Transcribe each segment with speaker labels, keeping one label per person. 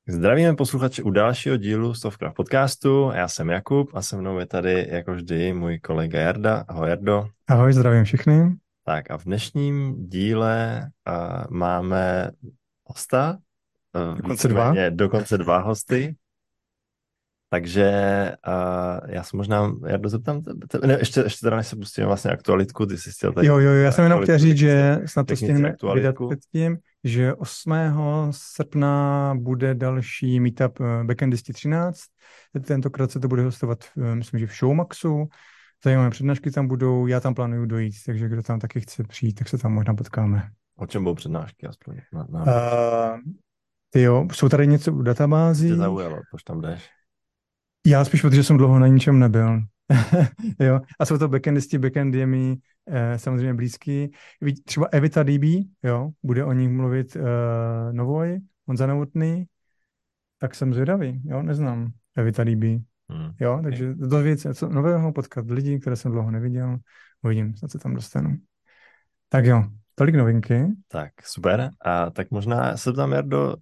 Speaker 1: Zdravíme posluchače u dalšího dílu Stovka podcastu. Já jsem Jakub a se mnou je tady jako vždy můj kolega Jarda. Ahoj Jardo.
Speaker 2: Ahoj, zdravím všechny.
Speaker 1: Tak a v dnešním díle máme hosta,
Speaker 2: Dokonce dva.
Speaker 1: víceméně dokonce dva hosty. Takže já se možná, Jardo, zeptám ne, ještě teda než se pustíme vlastně aktualitku, ty jsi chtěl tady
Speaker 2: Jo, já jsem jenom chtěl
Speaker 1: aktualitku,
Speaker 2: říct, že
Speaker 1: tak
Speaker 2: snad to
Speaker 1: řekni si
Speaker 2: stihneme vydat
Speaker 1: aktualitku.
Speaker 2: předtím, že 8. srpna bude další meetup Backendisti 13. Tentokrát se to bude hostovat, myslím, že v Showmaxu. Zajímavé přednášky tam budou, já tam plánuju dojít, takže kdo tam taky chce přijít, tak se tam možná potkáme.
Speaker 1: O čem budou přednášky, aspoň na
Speaker 2: Uh, Ty jo, jsou tady něco u
Speaker 1: co tě
Speaker 2: databází?
Speaker 1: zaujalo, proč tam jdeš?
Speaker 2: Já spíš, protože jsem dlouho na ničem nebyl. Jo, a jsou to backendisti, backend je mi samozřejmě blízký. Třeba Evita DB, jo, bude o nich mluvit Novoj, Honza Novotný, tak jsem zvědavý, jo, neznám Evita DB,
Speaker 1: Hmm.
Speaker 2: jo, takže dozvědět se něco nového, potkat lidi, které jsem dlouho neviděl, uvidím, snad se tam dostanu. Tak jo, tolik novinky.
Speaker 1: Tak, super. A tak možná se tam, Jardo,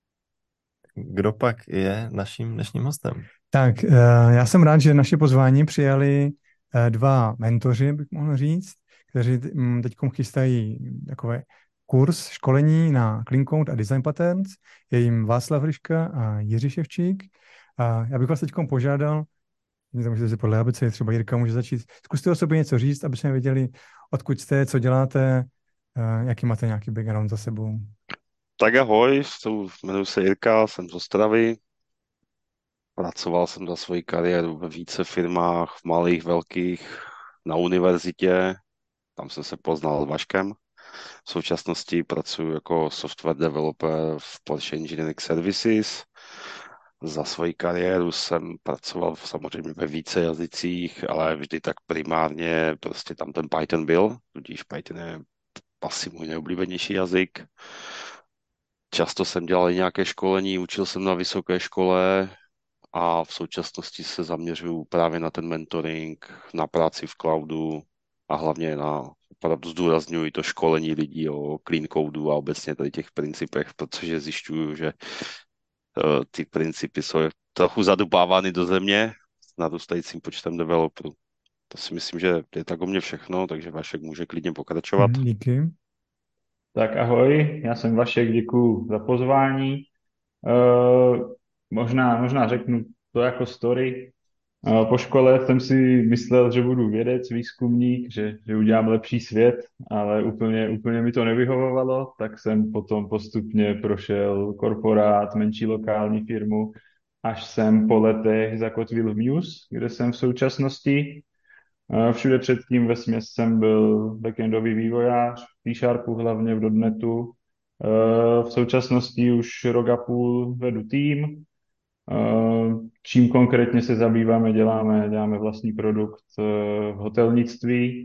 Speaker 1: kdo pak je naším dnešním hostem?
Speaker 2: Tak, já jsem rád, že naše pozvání přijali dva mentoři, bych mohl říct, kteří teď chystají takové kurz školení na Clean Code a Design Patterns. Je jim Václav Ryška a Jiří Ševčík. A já bych vás teď požádal, můžete si podle abecedy, třeba Jirka může začít, zkuste o sobě něco říct, aby jsme věděli, odkud jste, co děláte, jaký máte nějaký background za sebou.
Speaker 3: Tak ahoj, jmenuji se Jirka, jsem z Ostravy. Pracoval jsem za svoji kariéru ve více firmách, v malých, velkých, na univerzitě. Tam jsem se poznal s Vaškem. V současnosti pracuji jako software developer v Porsche Engineering Services. Za svoji kariéru jsem pracoval samozřejmě ve více jazycích, ale vždy tak primárně prostě tam ten Python byl, tudíž Python je asi můj nejoblíbenější jazyk. Často jsem dělal i nějaké školení, učil jsem na vysoké škole a v současnosti se zaměřuju právě na ten mentoring, na práci v cloudu a hlavně na opravdu zdůrazňuji to školení lidí o clean codu a obecně tady těch principech, protože zjišťuju, že ty principy jsou trochu zadupávány do země s narůstajícím počtem developerů. To si myslím, že je tak o mě všechno, takže Vašek může klidně pokračovat.
Speaker 2: Díky.
Speaker 4: Tak ahoj, já jsem Vašek, děkuji za pozvání. Eh, možná řeknu to jako story. Po škole jsem si myslel, že budu vědec, výzkumník, že udělám lepší svět, ale úplně mi to nevyhovovalo, tak jsem potom postupně prošel korporát, menší lokální firmu, až jsem po letech zakotvil v Muse, kde jsem v současnosti. Všude předtím vesměs jsem byl backendový vývojář, v C-Sharpu, hlavně v .NETu. V současnosti už rok a půl vedu tým. Čím konkrétně se zabýváme, děláme vlastní produkt v hotelnictví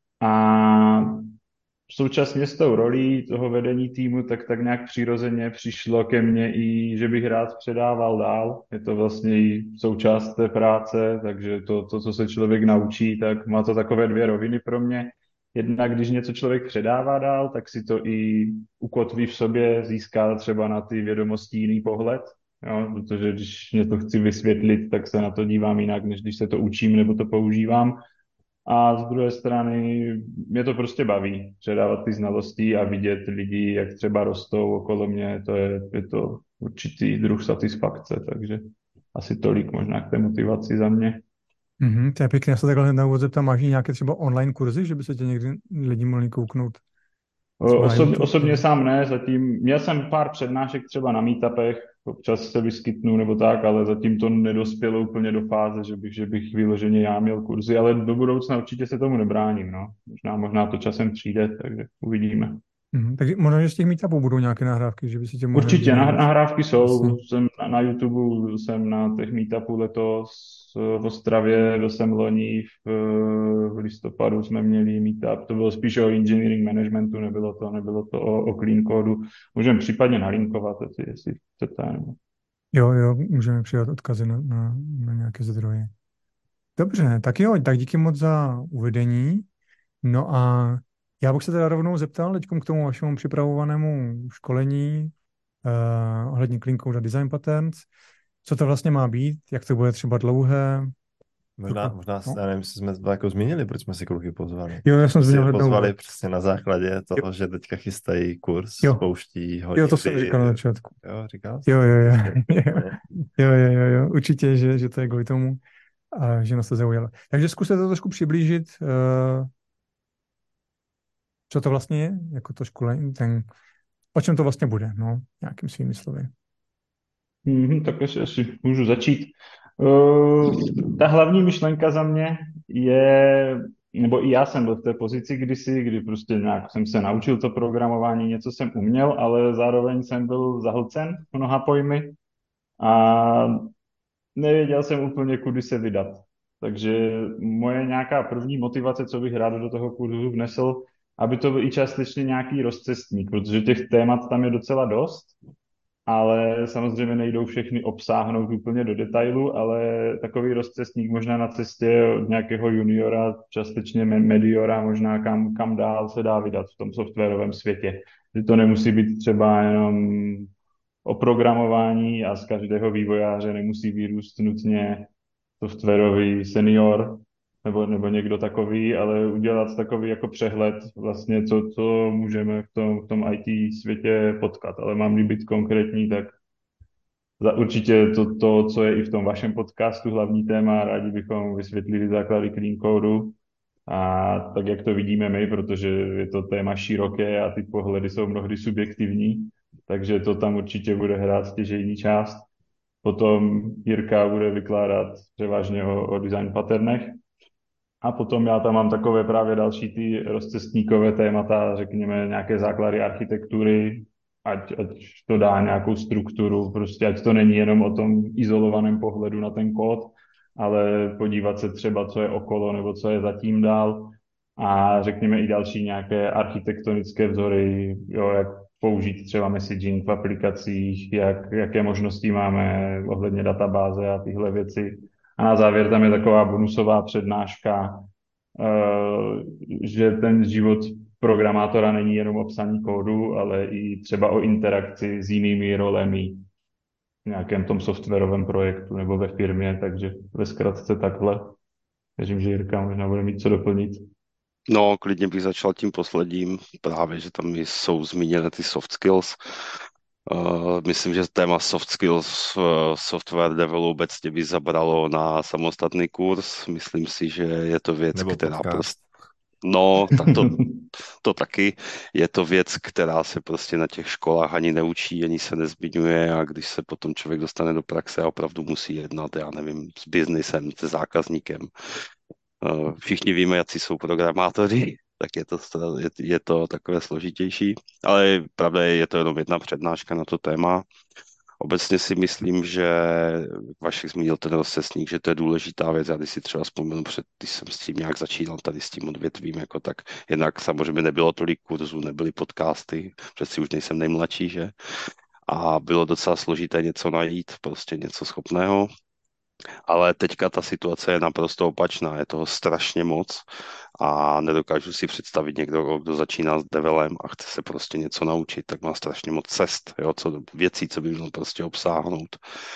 Speaker 4: a současně s tou rolí toho vedení týmu tak nějak přirozeně přišlo ke mně i, že bych rád předával dál. Je to vlastně i součást té práce, takže to, co se člověk naučí, tak má to takové dvě roviny pro mě. Jednak, když něco člověk předává dál, tak si to i ukotví v sobě, získá třeba na ty vědomosti jiný pohled. Jo, protože když něco chci vysvětlit, tak se na to dívám jinak, než když se to učím nebo to používám. A z druhé strany mě to prostě baví předávat ty znalosti a vidět lidi, jak třeba rostou okolo mě, je to určitý druh satisfakce, takže asi tolik možná k té motivaci za mě.
Speaker 2: To je pěkně, já se takhle na úvod zeptám, máš nějaké třeba online kurzy, že by se tě někdy lidi mohli kouknout třeba na YouTube?
Speaker 4: Osobně sám ne, zatím měl jsem pár přednášek třeba na meetupech, občas se vyskytnu nebo tak, ale zatím to nedospělo úplně do fáze, že bych vyloženě já měl kurzy, ale do budoucna určitě se tomu nebráním, no. Možná to časem přijde, takže uvidíme.
Speaker 2: Takže možná, že z těch meetupů budou nějaké nahrávky, že by si tě mohli lidi
Speaker 4: Určitě,
Speaker 2: najít.
Speaker 4: nahrávky
Speaker 2: Jasně.
Speaker 4: jsou. Jsem na YouTube, jsem na těch meetupů letos v Ostravě, byl jsem loni v listopadu jsme měli meetup, to bylo spíš o engineering managementu, nebylo to o clean codu. Můžeme případně nalinkovat, jestli chcete. Nebo...
Speaker 2: Jo, můžeme přidat odkazy na nějaké zdroje. Dobře, tak jo, tak díky moc za uvedení. No a já bych se teda rovnou zeptal teď k tomu vašemu připravovanému školení ohledně Clean Code a Design Patterns. Co to vlastně má být, jak to bude třeba dlouhé.
Speaker 1: Možná,
Speaker 2: No.
Speaker 1: já nevím, jestli jsme to jako zmínili, proč jsme si kluky pozvali.
Speaker 2: Jo, já jsem
Speaker 1: Si
Speaker 2: zmínil
Speaker 1: je
Speaker 2: hned na
Speaker 1: pozvali
Speaker 2: úvod.
Speaker 1: přesně na základě toho, že teďka chystají kurz,
Speaker 2: Jo.
Speaker 1: spouští ho
Speaker 2: Jo, to
Speaker 1: někdy.
Speaker 2: jsem říkal na začátku.
Speaker 1: Jo, říkal jsi?
Speaker 2: Jo.
Speaker 1: Úplně.
Speaker 2: Jo, určitě, že to je kvůli tomu, a že nás to zaujalo. Takže zkuste to trošku přiblížit, co to vlastně je, jako to školení, o čem to vlastně bude, no, nějakým svými slovy.
Speaker 4: Tak asi můžu začít. Ta hlavní myšlenka za mě je, nebo i já jsem byl v té pozici kdysi, kdy prostě nějak jsem se naučil to programování, něco jsem uměl, ale zároveň jsem byl zahlcen mnoha pojmy a nevěděl jsem úplně, kudy se vydat. Takže moje nějaká první motivace, co bych rád do toho kurzu vnesl, aby to byl i částečně nějaký rozcestník, protože těch témat tam je docela dost, ale samozřejmě nejdou všechny obsáhnout úplně do detailu, ale takový rozcestník možná na cestě od nějakého juniora, částečně mediora, možná kam dál se dá vydat v tom softwarovém světě. Že to nemusí být třeba jenom o programování a z každého vývojáře nemusí vyrůst nutně softwarový senior nebo někdo takový, ale udělat takový jako přehled vlastně, co můžeme v tom IT světě potkat. Ale mám-li být konkrétní, tak určitě to, co je i v tom vašem podcastu, hlavní téma, rádi bychom vysvětlili základy clean codeu a tak, jak to vidíme my, protože je to téma široké a ty pohledy jsou mnohdy subjektivní, takže to tam určitě bude hrát stěžejní část. Potom Jirka bude vykládat převážně o design patternech. A potom já tam mám takové právě další ty rozcestníkové témata, řekněme nějaké základy architektury, ať to dá nějakou strukturu, prostě ať to není jenom o tom izolovaném pohledu na ten kód, ale podívat se třeba, co je okolo nebo co je zatím dál a řekněme i další nějaké architektonické vzory, jo, jak použít třeba messaging v aplikacích, jaké možnosti máme ohledně databáze a tyhle věci. A na závěr tam je taková bonusová přednáška, že ten život programátora není jenom o psaní kódu, ale i třeba o interakci s jinými rolemi v nějakém tom softwarovém projektu nebo ve firmě, takže ve zkratce takhle. Věřím, že Jirka možná bude mít co doplnit.
Speaker 3: No, klidně bych začal tím posledním, právě, že tam jsou zmíněny ty soft skills. Myslím, že téma soft skills software develop obecně by zabralo na samostatný kurz. Myslím si, že je to věc,
Speaker 1: Nebo
Speaker 3: která
Speaker 1: podcast.
Speaker 3: prostě... No, tak to taky. Je to věc, která se prostě na těch školách ani neučí, ani se nezmiňuje a když se potom člověk dostane do praxe a opravdu musí jednat, já nevím, s biznisem, se zákazníkem. Všichni víme, jaký jsou programátoři, tak je to takové složitější, ale pravda je to jenom jedna přednáška na to téma. Obecně si myslím, že Vašek zmínil ten rozcestník, že to je důležitá věc. Já když si třeba vzpomenu, když jsem s tím nějak začínal tady s tím odvětvím, jako tak jednak samozřejmě nebylo tolik kurzů, nebyly podcasty, přeci už nejsem nejmladší, že? A bylo docela složité něco najít, prostě něco schopného. Ale teďka ta situace je naprosto opačná, je toho strašně moc a nedokážu si představit někdo, kdo začíná s develem a chce se prostě něco naučit, tak má strašně moc cest, jo, věcí, co by měl prostě obsáhnout.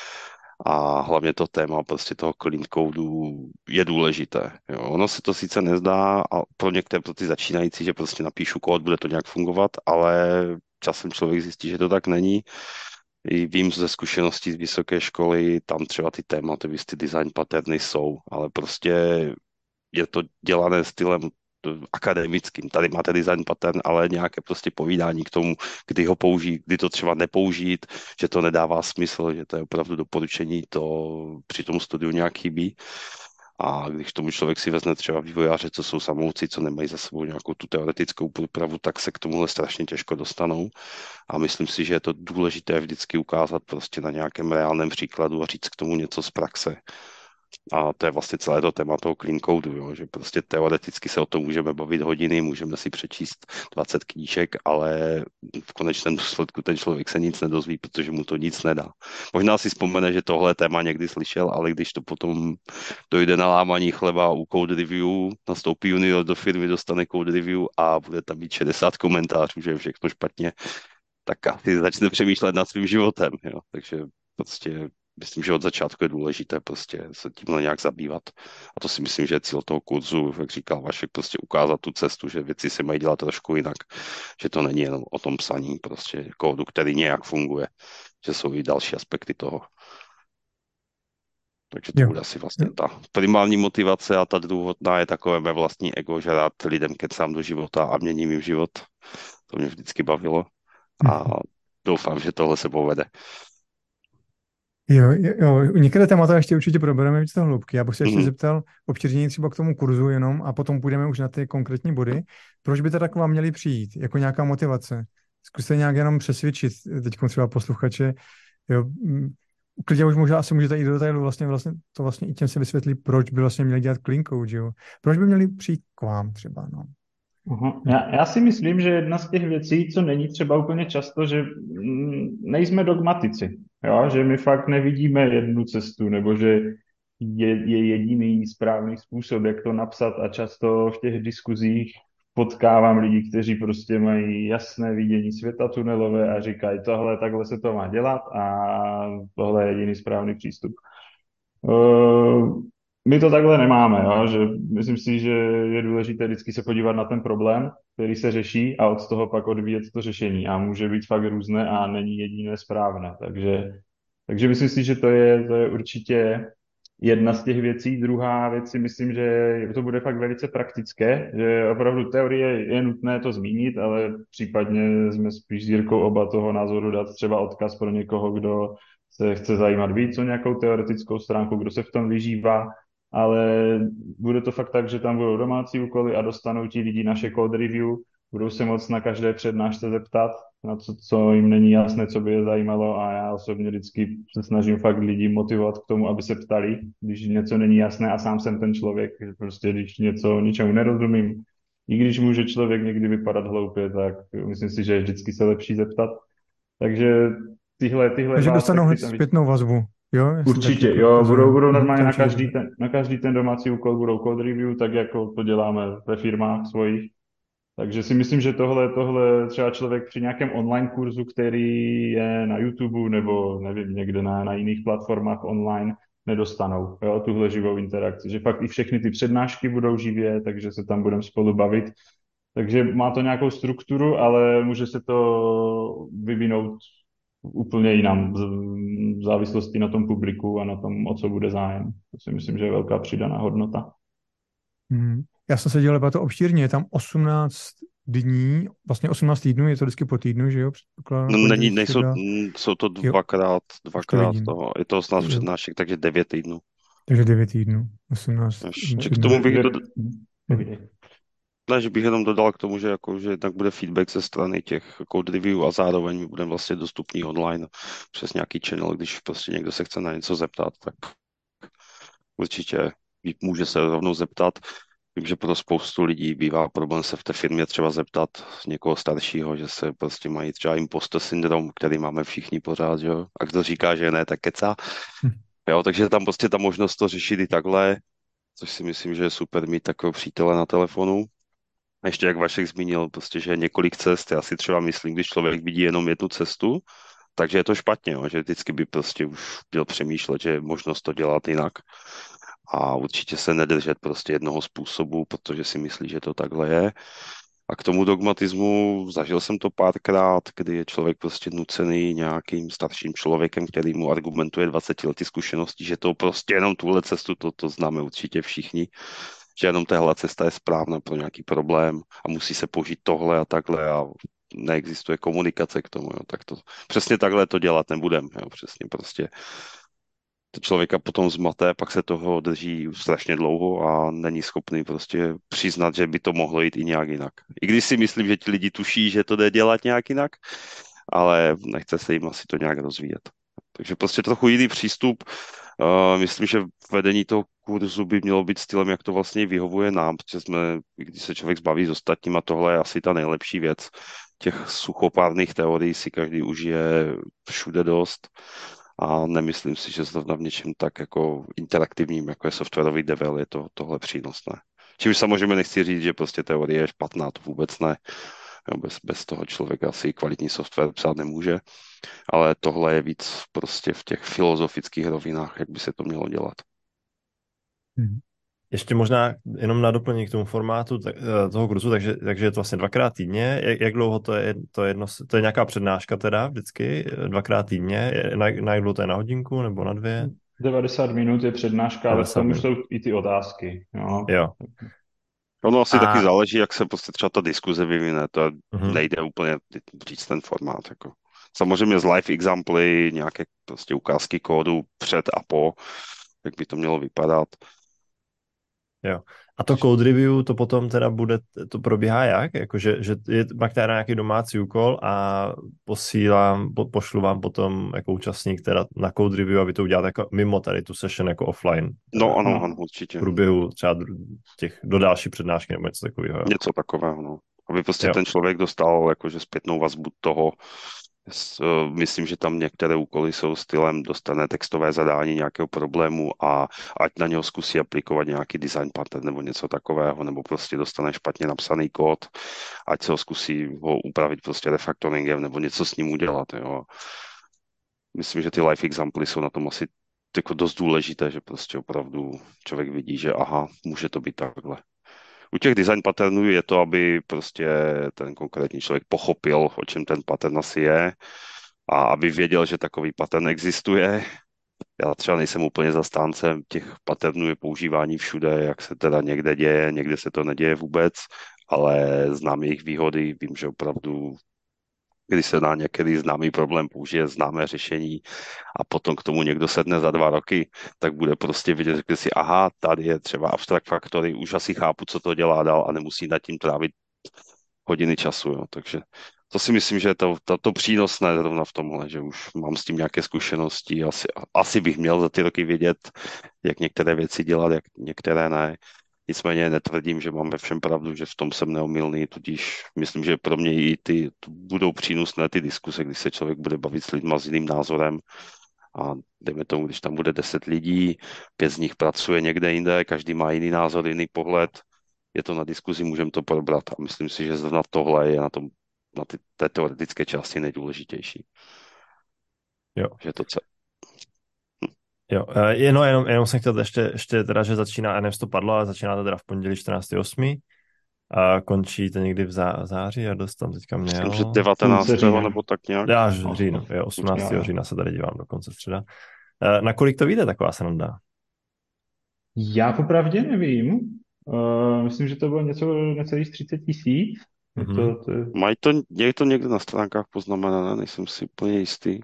Speaker 3: A hlavně to téma prostě toho clean codeu je důležité. Jo. Ono se to sice nezdá a pro některé, pro ty začínající, že prostě napíšu kód, bude to nějak fungovat, ale časem člověk zjistí, že to tak není. I vím ze zkušeností z vysoké školy, tam třeba ty tématy, ty design patterny jsou, ale prostě je to dělané stylem akademickým. Tady máte design pattern, ale nějaké prostě povídání k tomu, kdy ho použít, kdy to třeba nepoužít, že to nedává smysl, že to je opravdu doporučení, to při tom studiu nějak chybí. A když tomu člověk si vezme třeba vývojáře, co jsou samouci, co nemají za sebou nějakou tu teoretickou průpravu, tak se k tomuhle strašně těžko dostanou. A myslím si, že je to důležité vždycky ukázat prostě na nějakém reálném příkladu a říct k tomu něco z praxe. A to je vlastně celé to téma toho clean codeu, jo? Že prostě teoreticky se o tom můžeme bavit hodiny, můžeme si přečíst 20 knížek, ale v konečném důsledku ten člověk se nic nedozví, protože mu to nic nedá. Možná si vzpomene, že tohle téma někdy slyšel, ale když to potom dojde na lámaní chleba u code review, nastoupí junior do firmy, dostane code review a bude tam mít 60 komentářů, že je všechno špatně, tak asi začne přemýšlet nad svým životem, jo. Takže prostě myslím, že od začátku je důležité prostě se tímhle nějak zabývat. A to si myslím, že je cíl toho kurzu, jak říkal Vašek, prostě ukázat tu cestu, že věci se mají dělat trošku jinak, že to není jenom o tom psaní prostě kódu, který nějak funguje, že jsou i další aspekty toho. Takže to
Speaker 2: Jo.
Speaker 3: bude asi vlastně ta primární motivace a ta druhotná je takové mé vlastní ego, že rád lidem kecám do života a měním jim život. To mě vždycky bavilo a doufám, že tohle se povede.
Speaker 2: Jo, některé témata ještě určitě probereme víc do hloubky. Já bych se ještě
Speaker 3: Mhm.
Speaker 2: zeptal obšírněji třeba k tomu kurzu jenom a potom půjdeme už na ty konkrétní body. Proč by teda k vám měli přijít? Jako nějaká motivace? Zkuste nějak jenom přesvědčit teď třeba posluchače. Jo, klidně už možná asi můžete jít do detailu, vlastně to vlastně i těm se vysvětlí, proč by vlastně měli dělat clean code, že jo? Proč by měli přijít k vám třeba, no?
Speaker 4: Aha. Já si myslím, že jedna z těch věcí, co není třeba úplně často, že nejsme dogmatici, jo? Že my fakt nevidíme jednu cestu, nebo že je jediný správný způsob, jak to napsat a často v těch diskuzích potkávám lidi, kteří prostě mají jasné vidění světa tunelové a říkají tohle, takhle se to má dělat a tohle je jediný správný přístup. My to takhle nemáme, jo? Že myslím si, že je důležité vždycky se podívat na ten problém, který se řeší a od toho pak odvíjet to řešení a může být fakt různé a není jediné správné. Takže myslím si, že to je určitě jedna z těch věcí. Druhá věc si myslím, že to bude fakt velice praktické, že opravdu teorie je nutné to zmínit, ale případně jsme spíš s Jirkou oba toho názoru dát třeba odkaz pro někoho, kdo se chce zajímat víc o nějakou teoretickou stránku, kdo se v tom vyžívá, ale bude to fakt tak, že tam budou domácí úkoly a dostanou ti lidi naše code review, budou se moct na každé přednášce zeptat, na co jim není jasné, co by je zajímalo a já osobně vždycky se snažím fakt lidi motivovat k tomu, aby se ptali, když něco není jasné a sám jsem ten člověk, že prostě když ničemu nerozumím, i když může člověk někdy vypadat hloupě, tak myslím si, že je vždycky se lepší zeptat. Takže tyhle
Speaker 2: Takže
Speaker 4: dva
Speaker 2: dostanou hned
Speaker 4: aspekty tam
Speaker 2: zpětnou vazbu, jo?
Speaker 4: určitě, jo, budou normálně
Speaker 2: to
Speaker 4: na
Speaker 2: určitě bude.
Speaker 4: na každý ten domácí úkol budou code review, tak jako to děláme ve firmách svojich. Takže si myslím, že tohle třeba člověk při nějakém online kurzu, který je na YouTube nebo nevím, někde na jiných platformách online, nedostanou, jo, tuhle živou interakci. Že fakt i všechny ty přednášky budou živě, takže se tam budeme spolu bavit. Takže má to nějakou strukturu, ale může se to vyvinout úplně jinam, v závislosti na tom publiku a na tom, o co bude zájem. To si myslím, že je velká přidaná hodnota.
Speaker 2: Já jsem se dělal to obšírně, je tam 18 dní, vlastně 18 týdnů, je to vždycky po týdnu, že jo?
Speaker 3: No, jsou to dvakrát toho, je to 18 přednášek, takže 9 týdnů.
Speaker 2: Takže 9 týdnů, 18
Speaker 3: K tomu bych
Speaker 2: týdnů.
Speaker 3: bych jenom dodal k tomu, že jednak bude feedback ze strany těch code review a zároveň my budeme vlastně dostupní online přes nějaký channel, když prostě někdo se chce na něco zeptat, tak určitě může se rovnou zeptat. Vím, že pro spoustu lidí bývá problém se v té firmě třeba zeptat někoho staršího, že se prostě mají třeba imposter syndrom, který máme všichni pořád, jo? A kdo říká, že ne, tak kecá. Jo, takže tam prostě ta možnost to řešit i takhle, což si myslím, že je super mít takového přítele na telefonu. A ještě jak Vašek zmínil, prostě, že je několik cest, já si třeba myslím, když člověk vidí jenom jednu cestu, takže je to špatně, jo? Že vždycky by prostě už měl přemýšlet, že je možnost to dělat jinak. A určitě se nedržet prostě jednoho způsobu, protože si myslí, že to takhle je. A k tomu dogmatismu zažil jsem to párkrát, kdy je člověk prostě nucený nějakým starším člověkem, který mu argumentuje 20 lety zkušeností, že to prostě jenom tuhle cestu, to známe určitě všichni, že jenom tahle cesta je správná pro nějaký problém a musí se použít tohle a takhle a neexistuje komunikace k tomu, jo, tak to přesně takhle to dělat nebudem, jo, přesně prostě to člověka potom zmaté, pak se toho drží už strašně dlouho a není schopný prostě přiznat, že by to mohlo jít i nějak jinak. I když si myslím, že ti lidi tuší, že to jde dělat nějak jinak, ale nechce se jim asi to nějak rozvíjet. Takže prostě trochu jiný přístup. Myslím, že vedení toho kurzu by mělo být stylem, jak to vlastně vyhovuje nám, protože když se člověk zbaví s ostatním a tohle je asi ta nejlepší věc. Těch suchopárných teorií si každý užije všude dost a nemyslím si, že zrovna v něčem tak jako interaktivním, jako je softwarový devel, je tohle přínosné. Čímž samozřejmě nechci říct, že prostě teorie je špatná, to vůbec ne. Jo, bez toho člověk asi kvalitní software psát nemůže, ale tohle je víc prostě v těch filozofických rovinách, jak by se to mělo dělat.
Speaker 2: Mhm.
Speaker 1: Ještě možná jenom na doplnění k tomu formátu toho kurzu, takže je to vlastně 2x týdně. Jak dlouho to je, to je nějaká přednáška teda vždycky, 2x týdně? Na jak dlouho to je, na hodinku nebo na 2?
Speaker 4: 90 minut je přednáška, ale v
Speaker 1: 90
Speaker 4: tom už
Speaker 1: minut.
Speaker 4: jsou i ty otázky. Jo.
Speaker 1: Jo.
Speaker 3: Ono asi taky
Speaker 1: A
Speaker 3: záleží, jak se prostě třeba ta diskuze vyvine, to
Speaker 1: mhm.
Speaker 3: nejde úplně říct ten formát. Jako. Samozřejmě z live examply, nějaké prostě ukázky kódu před a po, jak by to mělo vypadat.
Speaker 1: Jo. A to code review, to potom teda bude, to probíhá jak? Jakože, že máte teda nějaký domácí úkol a pošlu vám potom jako účastník teda na code review, aby to udělat jako mimo tady tu session jako offline.
Speaker 3: No ano,
Speaker 4: No.
Speaker 3: ano, určitě.
Speaker 1: V průběhu třeba do další přednášky nebo něco takového. Jo.
Speaker 3: Něco takového, no. Aby prostě
Speaker 1: Jo.
Speaker 3: ten člověk dostal jakože zpětnou vazbu toho. Myslím, že tam některé úkoly jsou stylem dostane textové zadání nějakého problému a ať na něho zkusí aplikovat nějaký design pattern nebo něco takového, nebo prostě dostane špatně napsaný kód, ať se ho zkusí ho upravit prostě refactoringem nebo něco s ním udělat. Jo. Myslím, že ty live examply jsou na tom asi jako dost důležité, že prostě opravdu člověk vidí, že aha, může to být takhle. U těch design patternů je to, aby prostě ten konkrétní člověk pochopil, o čem ten pattern asi je a aby věděl, že takový pattern existuje. Já třeba nejsem úplně zastáncem těch patternů, je používání všude, jak se teda někde děje, někde se to neděje vůbec, ale znám jejich výhody, vím, že opravdu když se na některý známý problém použije známé řešení a potom k tomu někdo sedne za 2 roky, tak bude prostě vidět, řekne si, aha, tady je třeba abstract factory, už asi chápu, co to dělá dál a nemusí nad tím trávit hodiny času. Jo. Takže to si myslím, že je to přínosné zrovna v tomhle, že už mám s tím nějaké zkušenosti, asi bych měl za ty roky vědět, jak některé věci dělat, jak některé ne. Nicméně netvrdím, že mám ve všem pravdu, že v tom jsem neomylný, tudíž myslím, že pro mě i budou přínosné ty diskuse, když se člověk bude bavit s lidma s jiným názorem a dejme tomu, když tam bude 10 lidí, 5 z nich pracuje někde jinde, každý má jiný názor, jiný pohled, je to na diskuzi, můžeme to probrat a myslím si, že zrovna tohle je na té teoretické části nejdůležitější.
Speaker 1: Jo.
Speaker 3: Že to
Speaker 1: Jo, jenom jsem chtěl ještě teda, že začíná, já nevím, jestli to padlo, ale začíná to teda v pondělí 14.8. A končí to někdy v září, já dost tam teďka měl.
Speaker 3: myslím, že 19. nebo tak nějak.
Speaker 1: Já říjnu, 18. října se tady dívám dokonce středa. Na kolik to vyjde taková sranda?
Speaker 4: Já popravdě nevím. Myslím, že to bylo něco necelých 30 tisíc.
Speaker 3: Je to někde na stránkách poznamenané, nejsem si úplně jistý.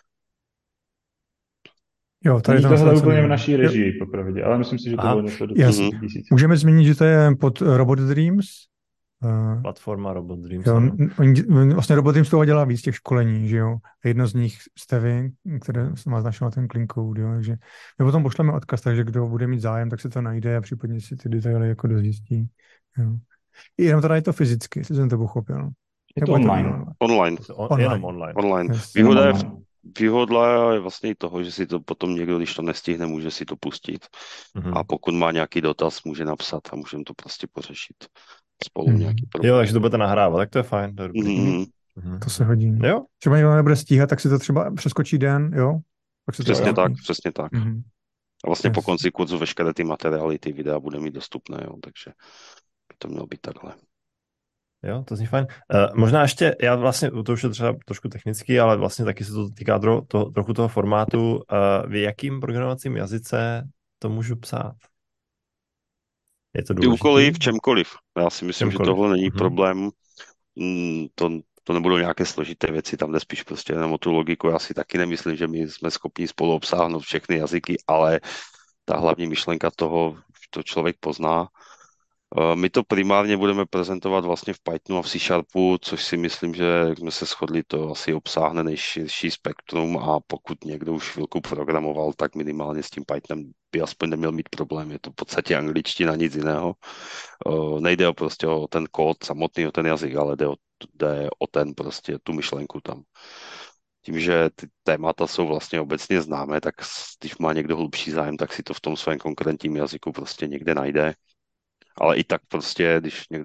Speaker 2: Jo, tady
Speaker 4: Není tohle
Speaker 2: to
Speaker 4: úplně v naší režii, popravdě, ale myslím si, že to
Speaker 1: Aha.
Speaker 4: bylo něco do
Speaker 2: Jasně.
Speaker 4: 30 tisíc.
Speaker 2: Můžeme zmínit, že to je pod Robot Dreams.
Speaker 1: Platforma Robot Dreams.
Speaker 2: Jo, vlastně Robot Dreams toho dělá víc těch školení, že jo. A jedno z nich jste vy, které má značená ten clean code, jo. Takže my potom pošleme odkaz, takže kdo bude mít zájem, tak se to najde a případně si ty detaily jako dozjistí. Jo. Jenom teda je to fyzicky, jestli jsem to pochopil.
Speaker 4: Je to online.
Speaker 1: Jenom online.
Speaker 3: Online.
Speaker 2: Yes.
Speaker 3: Výhoda je vlastně i toho, že si to potom někdo, když to nestihne, může si to pustit. A pokud má nějaký dotaz, může napsat a můžeme to prostě pořešit spolu nějaký problém.
Speaker 1: Jo, takže to budete nahrávat, tak to je fajn. To je dobrý.
Speaker 2: To se hodí.
Speaker 1: Jo?
Speaker 2: Třeba někdo nebude stíhat, tak si to třeba přeskočí den, jo? Pak se
Speaker 3: Přesně
Speaker 2: to
Speaker 3: přesně tak.
Speaker 2: Mm-hmm.
Speaker 3: A vlastně po konci kurzu veškeré ty materiály, ty videa bude mít dostupné, jo, takže by to mělo být takhle.
Speaker 1: Jo, to zní fajn. Možná ještě, já vlastně, to už je třeba trošku technický, ale vlastně taky se to týká trochu toho formátu. V jakým programovacím jazyce to můžu psát? Je to
Speaker 3: Ty
Speaker 1: důležitý?
Speaker 3: úkoly v čemkoliv. Já si myslím, že tohle není problém. To nebudou nějaké složité věci, tam jde spíš prostě jenom o tu logiku. Já si taky nemyslím, že my jsme schopni spolu obsáhnout všechny jazyky, ale ta hlavní myšlenka toho, že to člověk pozná. My to primárně budeme prezentovat vlastně v Pythonu a v C Sharpu, což si myslím, že jak jsme se shodli, to asi obsáhne nejširší spektrum a pokud někdo už chvilku programoval, tak minimálně s tím Pythonem by aspoň neměl mít problém. Je to v podstatě angličtina, nic jiného. Nejde prostě o ten kód samotný, o ten jazyk, ale jde o ten prostě tu myšlenku tam. Tím, že ty témata jsou vlastně obecně známé, tak když má někdo hlubší zájem, tak si to v tom svém konkrétním jazyku prostě někde najde. Ale i tak prostě, když někdo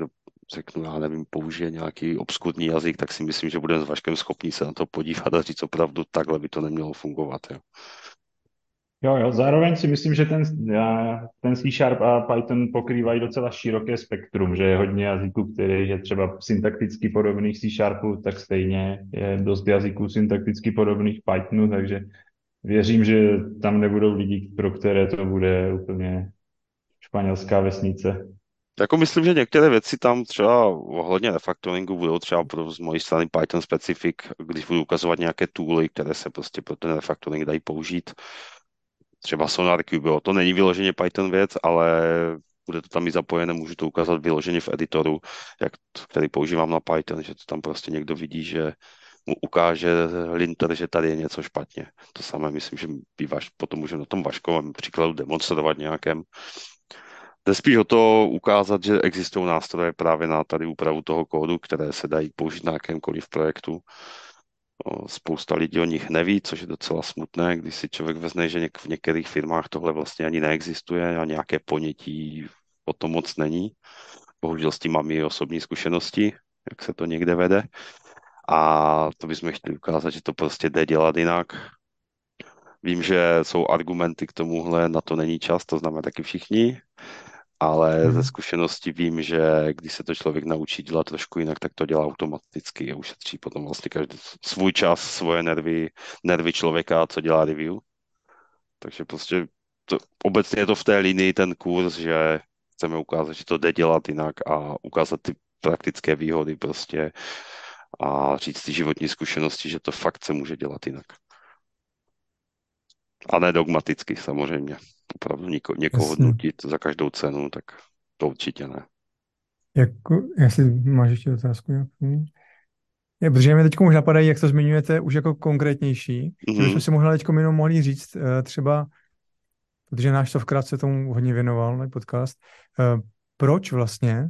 Speaker 3: řeknu, já nevím, použije nějaký obskurní jazyk, tak si myslím, že budeme s Vaškem schopni se na to podívat a říct opravdu, takhle by to nemělo fungovat. Jo.
Speaker 4: Jo, jo, zároveň si myslím, že ten C# a Python pokrývají docela široké spektrum, že je hodně jazyků, který je třeba syntakticky podobných C#, tak stejně je dost jazyků syntakticky podobných Pythonu, takže věřím, že tam nebudou lidi, pro které to bude úplně španělská vesnice.
Speaker 3: Jako myslím, že některé věci tam třeba ohledně refaktoringu budou třeba z mojí strany Python specific, když budu ukazovat nějaké tooly, které se prostě pro ten refaktoring dají použít. Třeba SonarQube, jo. To není vyloženě Python věc, ale bude to tam i zapojené, můžu to ukázat vyloženě v editoru, který používám na Python, že to tam prostě někdo vidí, že mu ukáže linter, že tady je něco špatně. To samé myslím, že potom můžeme na tom Vaškovém příkladu demonstrovat nějakém. Jde spíš o to ukázat, že existují nástroje právě na tady úpravu toho kódu, které se dají použít na jakémkoliv projektu. Spousta lidí o nich neví, což je docela smutné, když si člověk vezme, že v některých firmách tohle vlastně ani neexistuje a nějaké ponětí o tom moc není. Bohužel s tím mám i osobní zkušenosti, jak se to někde vede. A to bychom chtěli ukázat, že to prostě jde dělat jinak. Vím, že jsou argumenty k tomuhle, na to není čas, to známe taky všichni, ale ze
Speaker 2: Mhm.
Speaker 3: zkušenosti vím, že když se to člověk naučí dělat trošku jinak, tak to dělá automaticky a ušetří potom vlastně každý svůj čas, svoje nervy člověka, co dělá review. Takže prostě obecně je to v té linii ten kurz, že chceme ukázat, že to jde dělat jinak a ukázat ty praktické výhody prostě a říct ty životní zkušenosti, že to fakt se může dělat jinak. A ne dogmaticky samozřejmě. Opravdu někoho
Speaker 2: Jasně.
Speaker 3: nutit za každou cenu, tak to určitě ne.
Speaker 2: Jestli máš ještě otázku nějakou? Protože mě teď už napadají, jak to zmiňujete, už jako konkrétnější, že bychom
Speaker 3: Mhm.
Speaker 2: si možná teď jenom mohli říct třeba, protože náš Sovkrát se tomu hodně věnoval, náš podcast, proč vlastně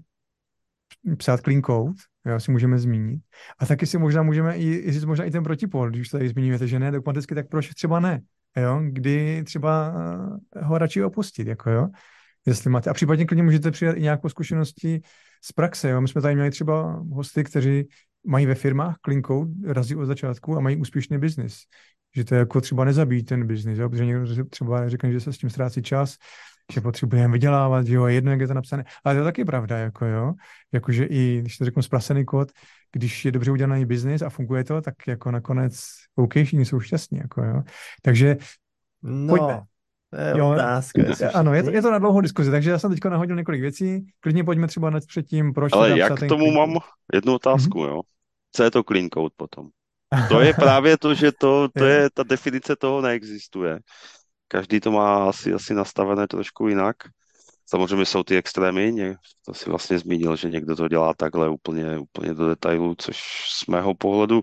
Speaker 2: psát clean code, jo, si můžeme zmínit. A taky si možná můžeme i říct možná i ten protipol, když tady zmiňujete, že ne dogmaticky, tak proč třeba ne, jo, kdy třeba ho radši opustit, jako jo, jestli máte. A případně klidně můžete přidat i nějakou zkušenosti z praxe, jo. My jsme tady měli třeba hosty, kteří mají ve firmách clean code, razí od začátku a mají úspěšný biznis. Že to je jako třeba nezabíjí ten biznis, jo, protože někdo třeba řekne, že se s tím ztrácí čas, že potřebujeme vydělávat, že jo, jedno, jak je to napsané. Ale to je taky pravda, jako jo. Jakože i, když to řeknu zprasený kód, když je dobře udělaný biznis a funguje to, tak jako nakonec OK, všichni jsou šťastní, jako jo. Takže pojďme.
Speaker 1: No, to je
Speaker 2: Jo,
Speaker 1: otázka, jestli
Speaker 2: ano, je
Speaker 1: všichni.
Speaker 2: to na dlouhou diskuzi, takže já jsem teďka nahodil několik věcí. Klidně pojďme třeba hned předtím, proč
Speaker 3: Ale
Speaker 2: teda
Speaker 3: jak
Speaker 2: psát
Speaker 3: k
Speaker 2: ten
Speaker 3: tomu
Speaker 2: clean
Speaker 3: mám
Speaker 2: code.
Speaker 3: jednu
Speaker 2: Mhm.
Speaker 3: otázku, jo? Co je to clean code potom? To je právě to, že to
Speaker 2: Jo,
Speaker 3: je, ta definice toho neexistuje. Každý to má asi nastavené trošku jinak. Samozřejmě jsou ty extrémy, to si vlastně zmínil, že někdo to dělá takhle úplně do detailu, což z mého pohledu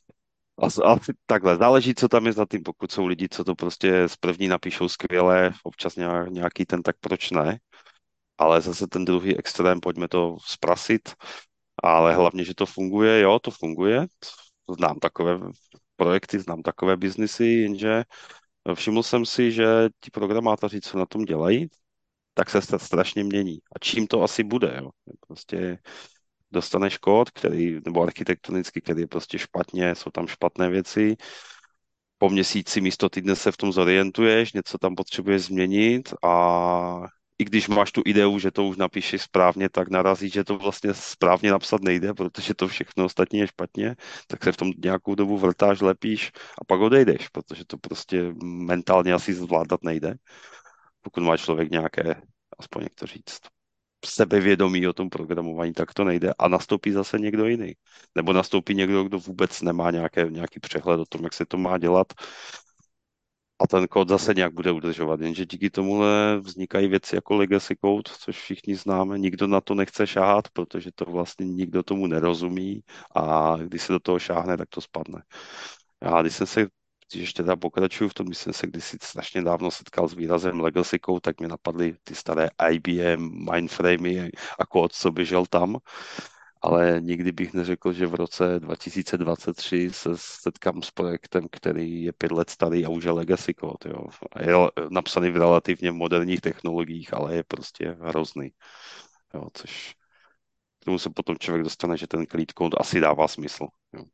Speaker 3: asi takhle, záleží, co tam je za tím, pokud jsou lidi, co to prostě z první napíšou skvěle, občas nějaký ten, tak proč ne? Ale zase ten druhý extrém, pojďme to zprasit, ale hlavně, že to funguje, jo, to funguje. Znám takové projekty, znám takové biznisy, jenže všiml jsem si, že ti programátoři, co na tom dělají, tak se strašně mění. A čím to asi bude, jo? Prostě dostaneš kód, nebo architektonicky, který je prostě špatně, jsou tam špatné věci, po měsíci místo týdne se v tom zorientuješ, něco tam potřebuješ změnit a i když máš tu ideu, že to už napíšeš správně, tak narazí, že to vlastně správně napsat nejde, protože to všechno ostatní je špatně, tak se v tom nějakou dobu vrtáš, lepíš a pak odejdeš, protože to prostě mentálně asi zvládat nejde, pokud má člověk nějaké, aspoň jak to říct, sebevědomí o tom programování, tak to nejde a nastoupí zase někdo jiný. Nebo nastoupí někdo, kdo vůbec nemá nějaký přehled o tom, jak se to má dělat a ten kód zase nějak bude udržovat. Jenže díky tomuhle vznikají věci jako legacy code, což všichni známe. Nikdo na to nechce šáhat, protože to vlastně nikdo tomu nerozumí a když se do toho šáhne, tak to spadne. Já když ještě teda pokračuju v tom, když jsem se kdysi strašně dávno setkal s výrazem legacy code, tak mě napadly ty staré IBM mainframey a kód, co běžel tam, ale nikdy bych neřekl, že v roce 2023 se setkám s projektem, který je 5 let starý a už je legacy code, jo. A je napsaný v relativně moderních technologiích, ale je prostě hrozný, jo, což k tomu se potom člověk dostane, že ten clean code asi dává smysl. Jo.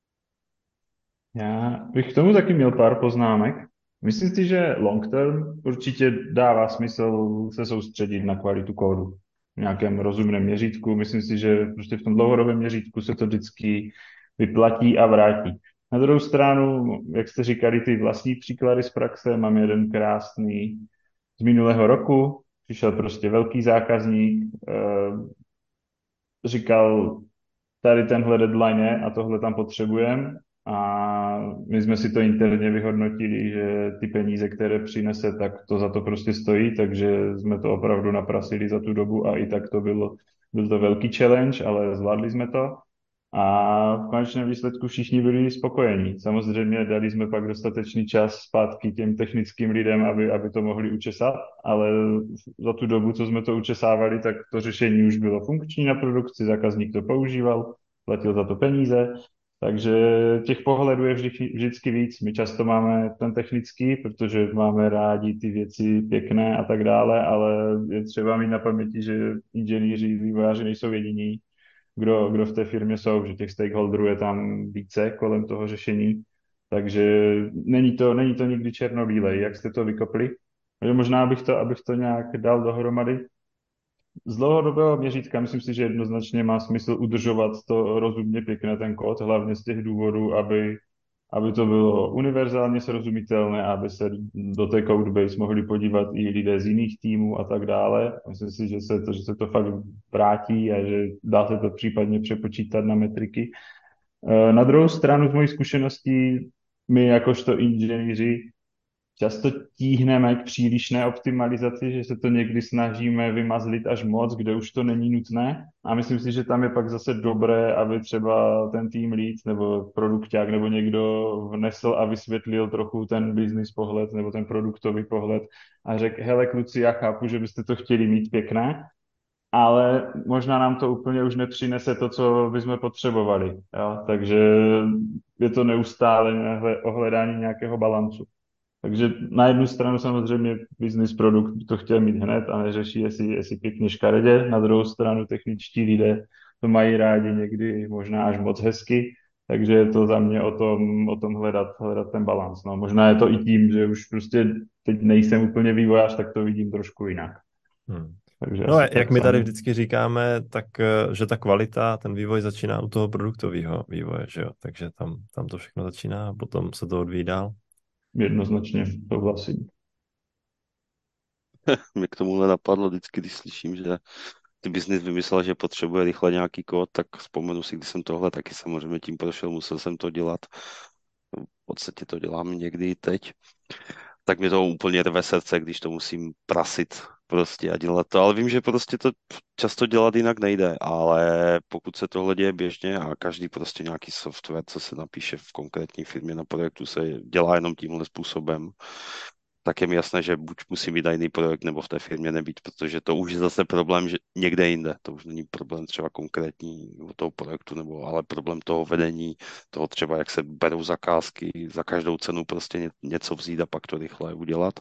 Speaker 4: Já bych k tomu taky měl pár poznámek. Myslím si, že long term určitě dává smysl se soustředit na kvalitu kódu v nějakém rozumném měřítku. Myslím si, že prostě v tom dlouhodobém měřítku se to vždycky vyplatí a vrátí. Na druhou stranu, jak jste říkali, ty vlastní příklady z praxe, mám jeden krásný z minulého roku. Přišel prostě velký zákazník, říkal, tady tenhle deadline je a tohle tam potřebujeme. A my jsme si to interně vyhodnotili, že ty peníze, které přinese, tak to za to prostě stojí, takže jsme to opravdu naprasili za tu dobu a i tak to byl to velký challenge, ale zvládli jsme to. A v konečném výsledku všichni byli spokojení. Samozřejmě dali jsme pak dostatečný čas zpátky těm technickým lidem, aby to mohli učesat, ale za tu dobu, co jsme to učesávali, tak to řešení už bylo funkční na produkci, zákazník to používal, platil za to peníze, takže těch pohledů je vždycky víc. My často máme ten technický, protože máme rádi ty věci pěkné a tak dále, ale je třeba mít na paměti, že inženýři, vývojáři nejsou jediní, kdo v té firmě jsou, že těch stakeholderů je tam více kolem toho řešení, takže není to nikdy černobílej, jak jste to vykopli. Takže možná abych to nějak dal dohromady. Z dlouhodobého měřítka myslím si, že jednoznačně má smysl udržovat to rozumně pěkné ten kód, hlavně z těch důvodů, aby to bylo univerzálně srozumitelné, aby se do té codebase mohli podívat i lidé z jiných týmů a tak dále. Myslím si, že se to fakt vrátí a že dá se to případně přepočítat na metriky. Na druhou stranu z mojí zkušeností my jakožto inženýři často tíhneme k přílišné optimalizaci, že se to někdy snažíme vymazlit až moc, kde už to není nutné. A myslím si, že tam je pak zase dobré, aby třeba ten team lead nebo produkták nebo někdo vnesl a vysvětlil trochu ten business pohled nebo ten produktový pohled a řekl, hele kluci, já chápu, že byste to chtěli mít pěkné, ale možná nám to úplně už nepřinese to, co bychom potřebovali. Jo? Takže je to neustále ohledání nějakého balancu. Takže na jednu stranu samozřejmě business produkt by to chtěl mít hned a neřeší, jestli pěkně škaredě. Na druhou stranu techničtí lidé to mají rádi někdy možná až moc hezky. Takže je to za mě o tom hledat ten balans. No, možná je to i tím, že už prostě teď nejsem úplně vývojář, tak to vidím trošku jinak.
Speaker 1: Takže no, jak my tady vždycky říkáme, tak že ta kvalita, ten vývoj začíná u toho produktového vývoje, že jo? Takže tam to všechno začíná a potom se to odvíjí dál.
Speaker 4: Jednoznačně souhlasím.
Speaker 3: Mě k tomuhle napadlo vždycky, když slyším, že ty business vymyslel, že potřebuje rychle nějaký kód, tak vzpomenu si, když jsem tohle taky samozřejmě tím prošel, musel jsem to dělat. V podstatě to dělám někdy i teď. Tak mi to úplně rve srdce, když to musím prasit prostě a dělat to. Ale vím, že prostě to často dělat jinak nejde, ale pokud se tohle děje běžně a každý prostě nějaký software, co se napíše v konkrétní firmě na projektu, se dělá jenom tímhle způsobem, tak je mi jasné, že buď musí mít jiný projekt, nebo v té firmě nebýt, protože to už je zase problém, že někde jinde. To už není problém třeba konkrétní toho projektu, nebo ale problém toho vedení, toho třeba, jak se berou zakázky, za každou cenu prostě něco vzít a pak to rychle udělat.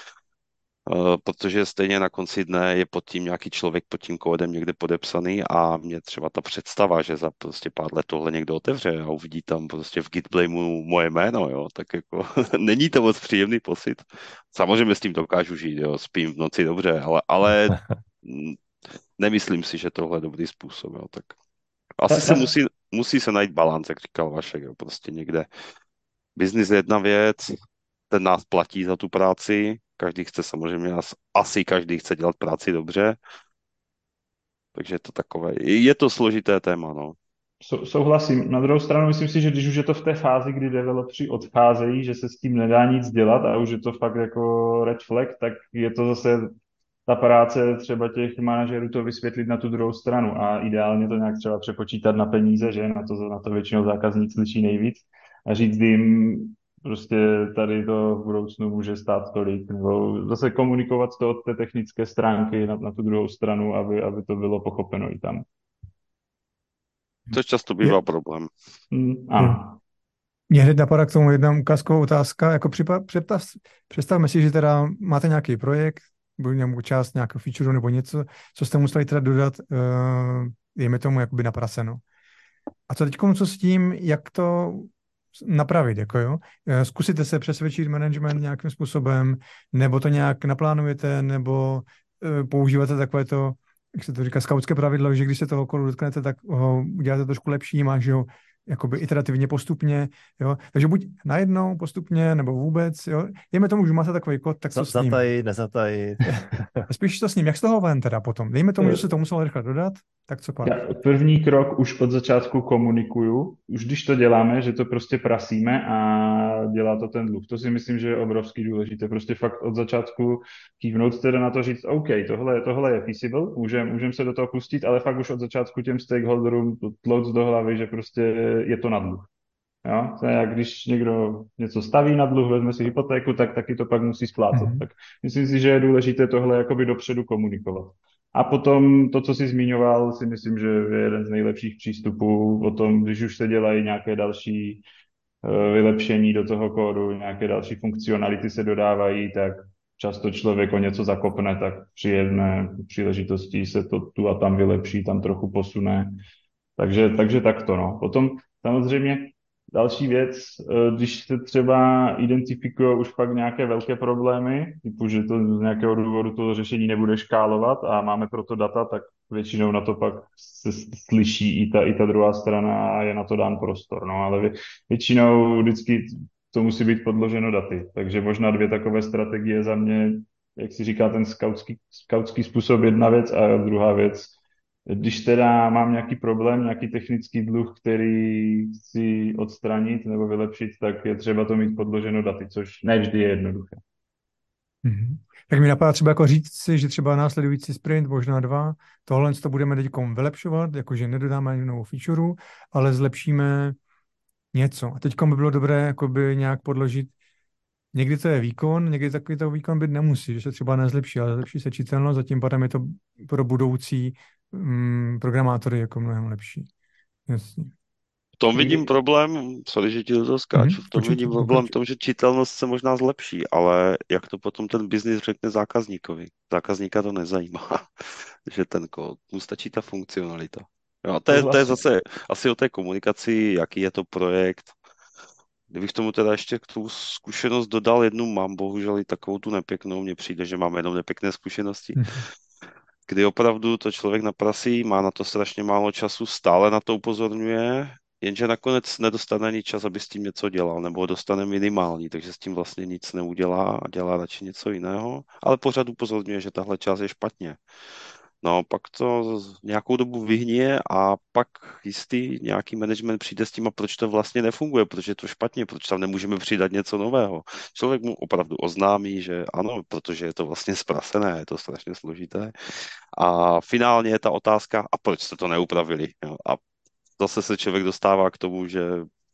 Speaker 3: Protože stejně na konci dne je pod tím nějaký člověk pod tím kódem někde podepsaný a mě třeba ta představa, že za prostě pár let tohle někdo otevře a uvidí tam prostě v GitBlameu moje jméno, jo, tak jako není to moc příjemný pocit. Samozřejmě s tím dokážu žít, jo, spím v noci dobře, ale nemyslím si, že tohle je dobrý způsob, jo, tak asi se musí se najít balans, jak říkal Vašek, jo, prostě někde. Biznis je jedna věc, ten nás platí za tu práci, každý chce samozřejmě, asi každý chce dělat práci dobře, takže je to takové, je to složité téma, no.
Speaker 4: Souhlasím. Na druhou stranu myslím si, že když už je to v té fázi, kdy developři odcházejí, že se s tím nedá nic dělat a už je to fakt jako red flag, tak je to zase ta práce třeba těch manažerů to vysvětlit na tu druhou stranu a ideálně to nějak třeba přepočítat na peníze, že na to většinou zákazník slyší nejvíc a říct jim, prostě tady to v budoucnu může stát tolik, nebo zase komunikovat to od té technické stránky na tu druhou stranu, aby to bylo pochopeno i tam.
Speaker 3: To často bývá problém.
Speaker 4: Ano.
Speaker 2: Mě hned napadá k tomu jedna ukázková otázka. Jako představme si, že teda máte nějaký projekt, nebo část nějakého featureu nebo něco, co jste museli teda dodat, dejme tomu, jakoby napraseno. A co teď, co s tím, jak to napravit, jako jo? Zkusíte se přesvědčit management nějakým způsobem, nebo to nějak naplánujete, nebo používáte takové to, jak se to říká, skautské pravidlo, že když se toho kódu dotknete, tak ho uděláte trošku lepší, máš ho jakoby iterativně postupně, jo? Takže buď najednou postupně, nebo vůbec, jo? Dejme tomu, že máte takový kód, tak co s ním?
Speaker 1: Zatajit, nezatajit.
Speaker 2: Spíš to s ním, jak z toho ven teda potom? Dejme tomu, že se to muselo rychle dodat, tak co pak?
Speaker 4: Já první krok už od začátku komunikuju, už když to děláme, že to prostě prasíme a dělá to ten dluh. To si myslím, že je obrovský důležité. Prostě fakt od začátku kývnout teda na to říct, OK, tohle je feasible, můžem se do toho pustit, ale fakt už od začátku těm stakeholderům tlouc do hlavy, že prostě je to na dluh. Jo? To je jak když někdo něco staví na dluh, vezme si hypotéku, tak taky to pak musí splácet.
Speaker 2: Mhm.
Speaker 4: Tak myslím si, že je důležité tohle jakoby dopředu komunikovat. A potom to, co jsi zmiňoval, si myslím, že je jeden z nejlepších přístupů o tom, když už se dělají nějaké další vylepšení do toho kódu, nějaké další funkcionality se dodávají, tak často člověk o něco zakopne, tak při jedné příležitosti se to tu a tam vylepší, tam trochu posune. Takže takto, no. Potom samozřejmě další věc, když se třeba identifikují už fakt nějaké velké problémy, typu, že to z nějakého důvodu to řešení nebude škálovat a máme proto data, tak většinou na to pak se slyší i ta druhá strana a je na to dán prostor. No, ale většinou vždycky to musí být podloženo daty. Takže možná dvě takové strategie za mě, jak si říká, ten skautský způsob jedna věc a druhá věc, když teda mám nějaký problém, nějaký technický dluh, který chci odstranit nebo vylepšit, tak je třeba to mít podloženo daty, což ne vždy je jednoduché.
Speaker 2: Mhm. Tak mi napadá třeba jako říct si, že třeba následující sprint, možná 2, tohle to budeme teď vylepšovat, jakože nedodáme ani novou feature, ale zlepšíme něco. A teď by bylo dobré jakoby nějak podložit, někdy to je výkon, někdy takový to výkon být nemusí, že se třeba nezlepší, ale zlepší se čitelnost a tím pádem je to pro budoucí programátory jako mnohem lepší. Jasně.
Speaker 3: V tom vidím problém, sorry, že ti do toho skáču, v tom
Speaker 2: Určitě,
Speaker 3: vidím problém v tom, že čitelnost se možná zlepší, ale jak to potom ten biznis řekne zákazníkovi? Zákazníka to nezajímá, že ten kód, mu stačí ta funkcionalita. Jo, to je zase asi o té komunikaci, jaký je to projekt. Kdybych tomu teda ještě k tu zkušenost dodal, jednu mám, bohužel i takovou tu nepěknou, mně přijde, že mám jenom nepěkné zkušenosti, kdy opravdu to člověk naprasí, má na to strašně málo času, stále na to upozorňuje, jenže nakonec nedostane ani čas, aby s tím něco dělal, nebo ho dostane minimální, takže s tím vlastně nic neudělá a dělá radši něco jiného, ale pořád upozorňuje, že tahle část je špatně. No, pak to nějakou dobu vyhnie a pak jistý nějaký management přijde s tím, a proč to vlastně nefunguje, proč je to špatně, proč tam nemůžeme přidat něco nového. Člověk mu opravdu oznámí, že ano, protože je to vlastně zprasené, je to strašně složité. A finálně je ta otázka, a proč jste to neupravili? Jo? A zase se člověk dostává k tomu, že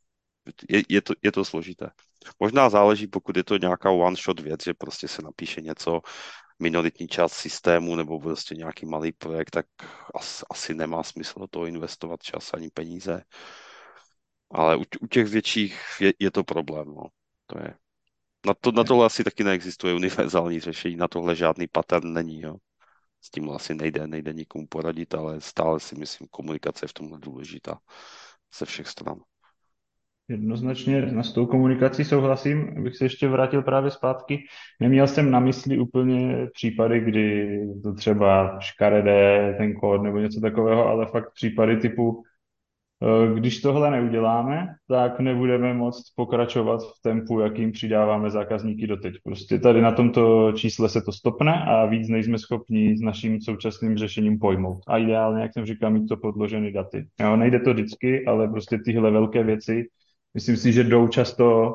Speaker 3: je to složité. Možná záleží, pokud je to nějaká one-shot věc, že prostě se napíše něco, minoritní část systému nebo prostě nějaký malý projekt, tak asi nemá smysl do toho investovat čas ani peníze. Ale u těch větších je to problém. No. To je. Na tohle asi taky neexistuje univerzální řešení, na tohle žádný pattern není. Jo. S tím asi nejde nikomu poradit, ale stále si myslím, komunikace je v tomhle důležitá ze všech stran.
Speaker 4: Jednoznačně s tou komunikací souhlasím, abych se ještě vrátil právě zpátky. Neměl jsem na mysli úplně případy, kdy to třeba škaredé, ten kód nebo něco takového, ale fakt případy typu, když tohle neuděláme, tak nebudeme moct pokračovat v tempu, jakým přidáváme zákazníky doteď. Prostě tady na tomto čísle se to stopne a víc nejsme schopni s naším současným řešením pojmout. A ideálně, jak jsem říkal, mít to podložené daty. Jo, nejde to vždycky, ale prostě tyhle velké věci, myslím si, že jdou často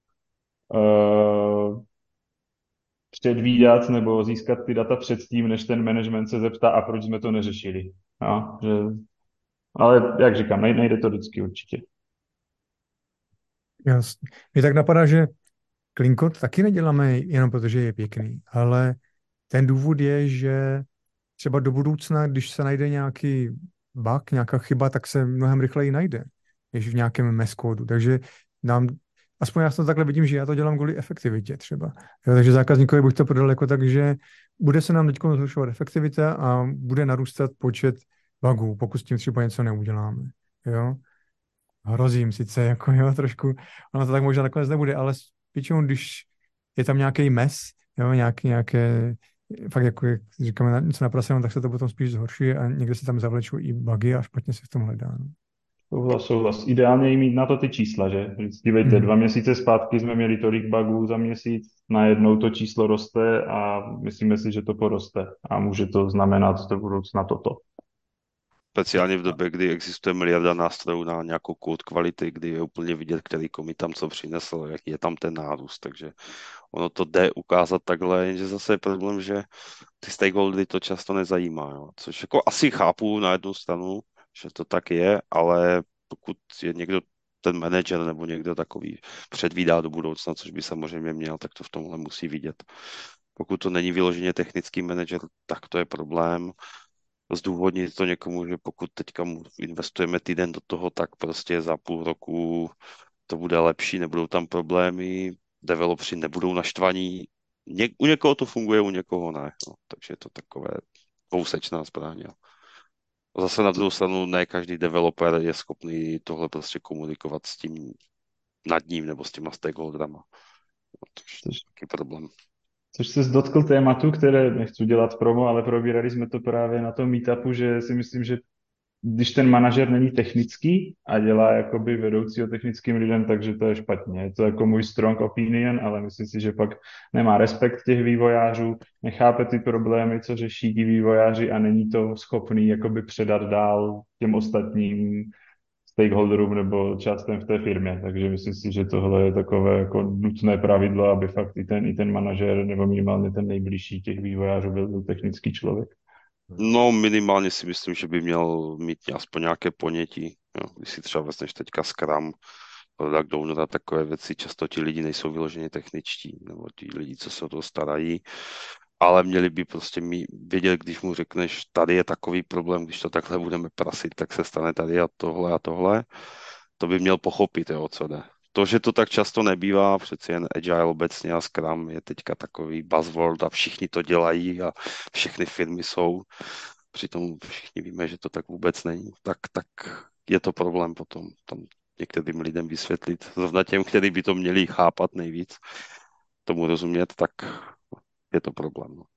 Speaker 4: předvídat nebo získat ty data předtím, než ten management se zeptá, a proč jsme to neřešili. Jo, ale jak říkám, nejde to vždycky určitě.
Speaker 2: Jasně. Mě tak napadá, že clean code taky neděláme jenom protože je pěkný, ale ten důvod je, že třeba do budoucna, když se najde nějaký bug, nějaká chyba, tak se mnohem rychleji najde, než v nějakém MS kódu. Takže nám, aspoň já to takhle vidím, že já to dělám kvůli efektivitě třeba. Jo, takže zákazníkovi bych to prodal jako tak, že bude se nám teď zvyšovat efektivita a bude narůstat počet bugů, pokud s tím třeba něco neuděláme. Jo? Hrozím sice, jako jo, trošku, ono to tak možná nakonec nebude, ale většinou, když je tam nějaký mes, jo, nějaké, fakt jako, jak říkáme, něco napracujeme, tak se to potom spíš zhoršuje a někde se tam zavlečou i bugy a špatně se v tom hledá. No.
Speaker 4: Souhlas. Ideálně je mít na to ty čísla, že? Dívejte, 2 měsíce zpátky jsme měli tolik bugů za měsíc, najednou to číslo roste a myslíme si, že to poroste a může to znamenat do budoucna toto.
Speaker 3: Speciálně v době, kdy existuje miliarda nástrojů na nějakou kód kvality, kdy je úplně vidět, který komit tam co přinesl, jaký je tam ten nárůst, takže ono to jde ukázat takhle, jenže zase je problém, že ty stakeholdery to často nezajímá, jo. Což jako asi chápu na jednu stranu, že to tak je, ale pokud je někdo ten manager nebo někdo takový předvídá do budoucna, což by samozřejmě měl, tak to v tomhle musí vidět. Pokud to není vyloženě technický manager, tak to je problém. Zdůvodnit to někomu, že pokud teďka mu investujeme týden do toho, tak prostě za půl roku to bude lepší, nebudou tam problémy, developři nebudou naštvaní. U někoho to funguje, u někoho ne. No, takže je to takové dvousečná zbraň. Zase na druhou stranu ne každý developer je schopný tohle prostě komunikovat s tím nad ním nebo s těma stakeholderama. No, takže to je taky problém.
Speaker 4: Což se dotkl tématu, které nechci dělat promo, ale probírali jsme to právě na tom meetupu, že si myslím, že když ten manažer není technický a dělá jakoby vedoucího technickým lidem, takže to je špatně. Je to jako můj strong opinion, ale myslím si, že pak nemá respekt těch vývojářů, nechápe ty problémy, co řeší ti vývojáři a není to schopný jakoby předat dál těm ostatním stakeholderům nebo částem v té firmě. Takže myslím si, že tohle je takové jako nutné pravidlo, aby fakt i ten manažer nebo minimálně ten nejbližší těch vývojářů byl technický člověk.
Speaker 3: No minimálně si myslím, že by měl mít aspoň nějaké ponětí. Jo. Když si třeba vezmeš teďka Scrum, Product Owner a takové věci, často ti lidi nejsou vyloženě techničtí, nebo ti lidi, co se o to starají, ale měli by prostě vědět, když mu řekneš, tady je takový problém, když to takhle budeme prasit, tak se stane tady a tohle, to by měl pochopit, jo, co jde. To, že to tak často nebývá, přeci jen Agile obecně a Scrum je teďka takový buzzword a všichni to dělají a všechny firmy jsou. Přitom všichni víme, že to tak vůbec není. Tak je to problém potom tam některým lidem vysvětlit. Zrovna těm, kteří by to měli chápat nejvíc, tomu rozumět, tak je to problém. No.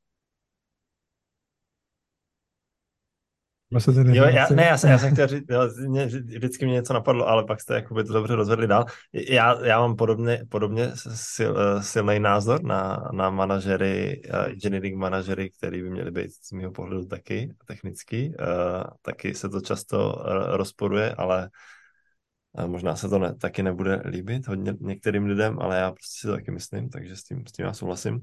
Speaker 1: Jo, já jsem chtěl říct, vždycky mě něco napadlo, ale pak jste jakoby to dobře rozvedli dál. Já mám podobně silný názor na manažery, engineering manažery, který by měli být z mého pohledu taky technický. Taky se to často rozporuje, ale možná se to taky nebude líbit hodně některým lidem, ale já prostě si to taky myslím, takže s tím já souhlasím.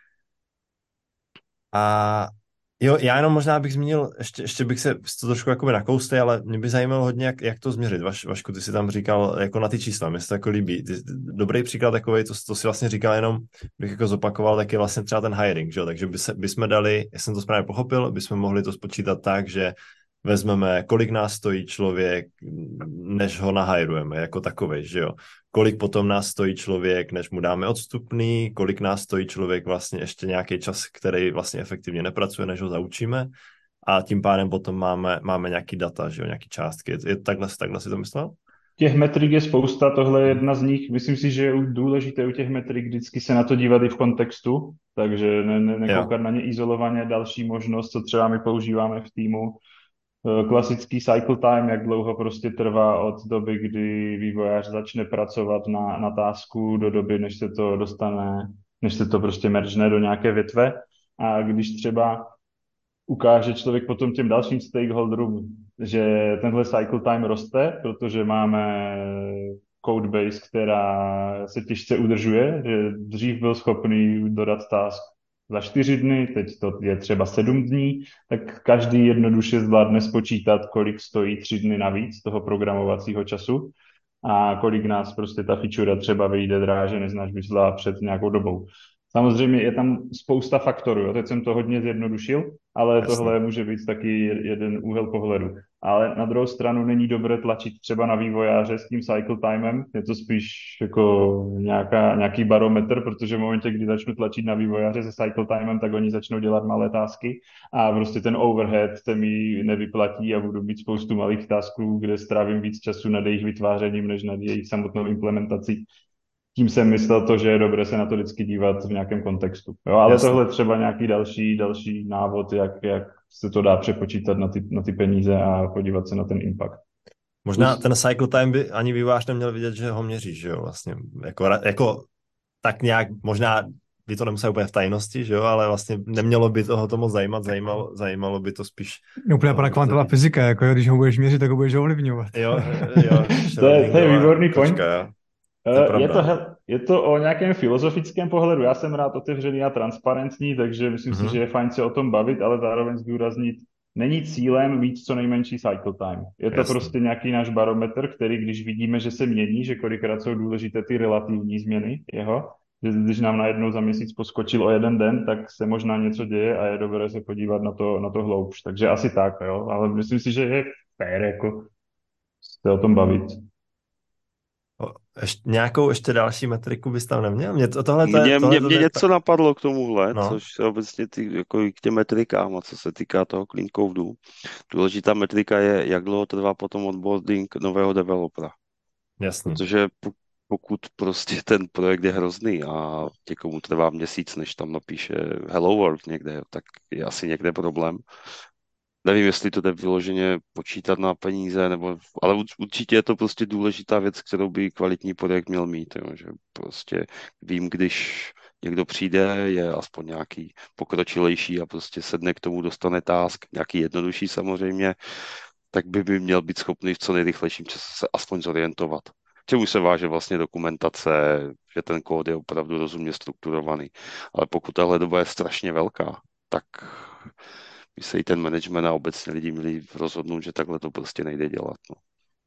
Speaker 1: A jo, já jenom možná bych zmínil, ještě bych se to trošku jakoby nakousli, ale mě by zajímalo hodně, jak to změřit. Vašku, ty si tam říkal jako na ty čísla, mě se to jako líbí. Dobrý příklad takový, to si vlastně říkal jenom, bych jako zopakoval, tak je vlastně třeba ten hiring, že jo? Takže bychom dali, já jsem to správně pochopil, bychom mohli to spočítat tak, že vezmeme, kolik nás stojí člověk, než ho nahajrujeme jako takovej, že jo. Kolik potom nás stojí člověk, než mu dáme odstupný, kolik nás stojí člověk vlastně ještě nějaký čas, který vlastně efektivně nepracuje, než ho zaučíme a tím pádem potom máme nějaký data, že jo, nějaký částky. Je takhle si to myslel?
Speaker 4: Těch metrik je spousta, tohle je jedna z nich. Myslím si, že je důležité u těch metrik vždycky se na to dívat i v kontextu, takže nekoukat na ně izolovaně. Další možnost, co třeba my používáme v týmu, klasický cycle time, jak dlouho prostě trvá od doby, kdy vývojář začne pracovat na tasku do doby, než se to dostane, než se to prostě meržne do nějaké větve. A když třeba ukáže člověk potom těm dalším stakeholderům, že tenhle cycle time roste, protože máme codebase, která se těžce udržuje, že dřív byl schopný dodat task za 4 dny, teď to je třeba 7 dní, tak každý jednoduše zvládne spočítat, kolik stojí 3 dny navíc toho programovacího času a kolik nás prostě ta feature třeba vyjde dráže, než náš vyšla před nějakou dobou. Samozřejmě je tam spousta faktorů, jo. Teď jsem to hodně zjednodušil, ale Jasně. Tohle může být taky jeden úhel pohledu. ale na druhou stranu není dobré tlačit třeba na vývojáře s tím cycle timem, je to spíš jako nějaký barometr, protože v momentě, kdy začnu tlačit na vývojáře se cycle timem, tak oni začnou dělat malé tasky a prostě ten overhead se mi nevyplatí a budu mít spoustu malých tasků, kde strávím víc času nad jejich vytvářením, než nad jejich samotnou implementací. Tím jsem myslel to, že je dobré se na to vždycky dívat v nějakém kontextu. Jo, ale
Speaker 1: Jasně.
Speaker 4: tohle třeba nějaký další návod, jak se to dá přepočítat na ty peníze a podívat se na ten impact.
Speaker 1: Možná ten cycle time by ani vývojář neměl vidět, že ho měříš, že jo, vlastně. Jako tak nějak, možná by to nemuselo úplně v tajnosti, že jo, ale vlastně nemělo by toho to moc zajímat, zajímalo by to spíš.
Speaker 2: Úplně pana kvantová fyzika, jako jo, když ho budeš měřit, tak ho budeš ovlivňovat.
Speaker 1: Jo,
Speaker 4: To je výborný point.
Speaker 1: kočka, jo. To je pravda.
Speaker 4: Je to o nějakém filozofickém pohledu. Já jsem rád otevřený a transparentní, takže myslím si, že je fajn se o tom bavit, ale zároveň zdůraznit, není cílem mít co nejmenší cycle time. Je to
Speaker 1: Jasně.
Speaker 4: prostě nějaký náš barometr, který, když vidíme, že se mění, že kolikrát jsou důležité ty relativní změny jeho, že když nám najednou za měsíc poskočil o jeden den, tak se možná něco děje a je dobré se podívat na to hloubš. Takže asi tak, jo. Ale myslím si, že je fér jako se o tom bavit.
Speaker 1: Nějakou ještě další metriku bys tam neměl?
Speaker 3: Mě něco napadlo k tomuhle,
Speaker 1: no.
Speaker 3: což je obecně jako k těm metrikám, a co se týká toho clean codu. Důležitá metrika je, jak dlouho trvá potom onboarding nového developera.
Speaker 1: Jasně.
Speaker 3: Protože pokud prostě ten projekt je hrozný a někomu trvá měsíc, než tam napíše Hello World někde, tak je asi někde problém. Nevím, jestli to jde vyloženě počítat na peníze, ale určitě je to prostě důležitá věc, kterou by kvalitní projekt měl mít. Jo, že prostě vím, když někdo přijde, je aspoň nějaký pokročilejší a prostě sedne k tomu, dostane task, nějaký jednodušší samozřejmě, tak by měl být schopný v co nejrychlejším čase se aspoň zorientovat. Čemu se váže vlastně dokumentace, že ten kód je opravdu rozumně strukturovaný. Ale pokud tahle doba je strašně velká, tak by se i ten management a obecně lidi měli rozhodnout, že takhle to prostě nejde dělat. No.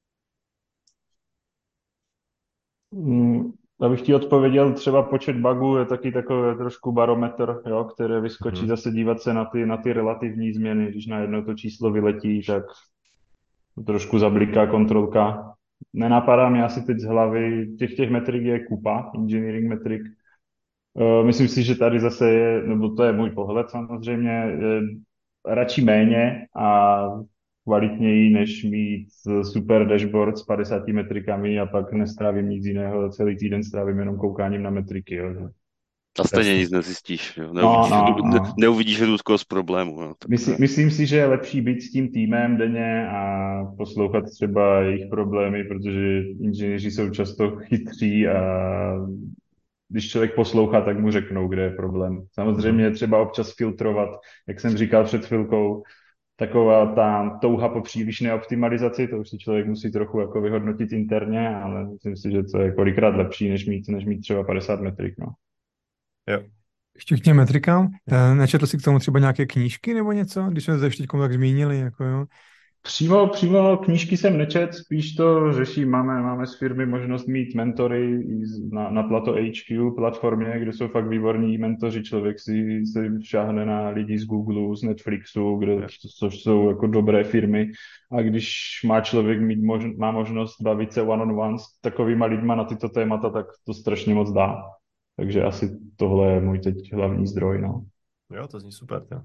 Speaker 4: Abych ti odpověděl, třeba počet bugů je taky takový trošku barometr, jo, které vyskočí zase dívat se na ty relativní změny. Když najednou to číslo vyletí, tak to trošku zabliká kontrolka. Nenapadá mě asi teď z hlavy, těch metrik je kupa, engineering metrik. Myslím si, že tady zase je, nebo to je můj pohled samozřejmě, je radši méně a kvalitněji, než mít super dashboard s 50 metrikami a pak nestrávím nic jiného, celý týden strávím jenom koukáním na metriky. Jo.
Speaker 3: A stejně nic nezjistíš, jo.
Speaker 4: No.
Speaker 3: Neuvidíš hrůzko z problému. Jo.
Speaker 4: Myslím si, že je lepší být s tím týmem denně a poslouchat třeba jejich problémy, protože inženýři jsou často chytří a když člověk poslouchá, tak mu řeknou, kde je problém. Samozřejmě je třeba občas filtrovat, jak jsem říkal před chvilkou, taková ta touha po přílišné optimalizaci, to už si člověk musí trochu jako vyhodnotit interně, ale myslím si, že to je kolikrát lepší, než mít třeba 50 metrik. No.
Speaker 1: Jo.
Speaker 2: Ještě k těm metrikám. Nečetl jsi k tomu třeba nějaké knížky nebo něco, když jsme se ještě tak zmínili? Jako jo?
Speaker 4: Přímo knížky jsem nečet, spíš to řeším. Máme z firmy možnost mít mentory na Plato HQ platformě, kde jsou fakt výborní mentoři. Člověk si šáhne na lidi z Google, z Netflixu, což jsou jako dobré firmy. A když má člověk má možnost bavit se one-on-one s takovýma lidma na tyto témata, tak to strašně moc dá. Takže asi tohle je můj teď hlavní zdroj. No.
Speaker 1: Jo, to zní super. Jo.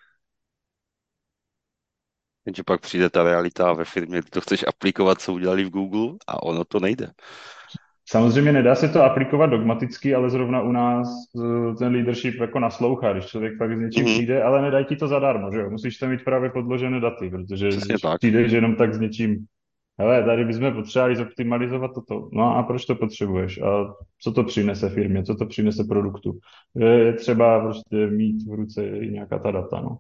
Speaker 3: Jenže pak přijde ta realita ve firmě, ty to chceš aplikovat, co udělali v Google a ono to nejde.
Speaker 4: Samozřejmě nedá se to aplikovat dogmaticky, ale zrovna u nás ten leadership jako naslouchá, když člověk pak s něčím přijde, ale nedají ti to zadarmo, že jo? Musíš tam mít právě podložené daty, protože když přijdeš jenom tak s něčím, hele, tady bychom potřebovali zoptimalizovat toto. No a proč to potřebuješ? A co to přinese firmě? Co to přinese produktu? Je třeba prostě mít v ruce i nějaká ta data, no.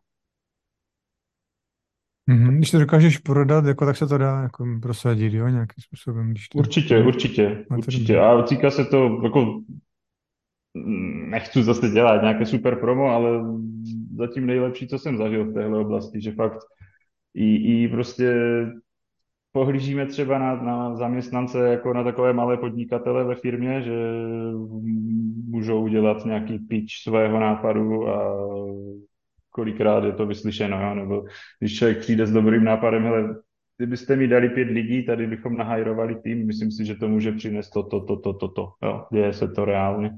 Speaker 2: Když to dokážeš prodat, jako, tak se to dá jako prosadit, jo, nějakým způsobem. Když to...
Speaker 4: Určitě. A týká se to, jako, nechci zase dělat nějaké super promo, ale zatím nejlepší, co jsem zažil v téhle oblasti, že fakt i prostě pohlížíme třeba na zaměstnance jako na takové malé podnikatele ve firmě, že můžou udělat nějaký pitch svého nápadu a kolikrát je to vyslyšeno, jo? Nebo když člověk přijde s dobrým nápadem, hele, kdybyste mi dali 5 lidí, tady bychom nahajrovali tým, myslím si, že to může přinést to. Jo, děje se to reálně.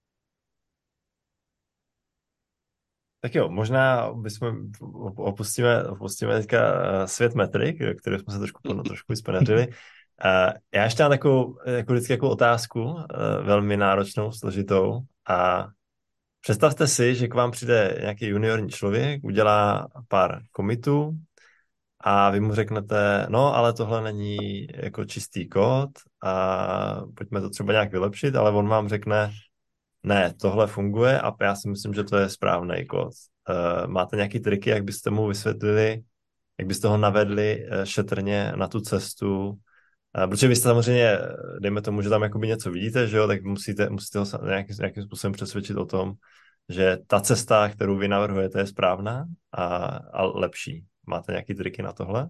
Speaker 1: Tak jo, možná bychom opustíme teďka svět metrik, který jsme se trošku vysponeřili. Já ještě mám takovou, jako vždycky, jako otázku, velmi náročnou, složitou. A představte si, že k vám přijde nějaký juniorní člověk, udělá pár commitů a vy mu řeknete, no, ale tohle není jako čistý kód a pojďme to třeba nějak vylepšit, ale on vám řekne, ne, tohle funguje a já si myslím, že to je správný kód. Máte nějaký triky, jak byste mu vysvětlili, jak byste ho navedli šetrně na tu cestu? Protože vy jste samozřejmě, dejme tomu, že tam jakoby něco vidíte, že jo, tak musíte ho nějakým způsobem přesvědčit o tom, že ta cesta, kterou vy navrhujete, je správná a lepší. Máte nějaký triky na tohle?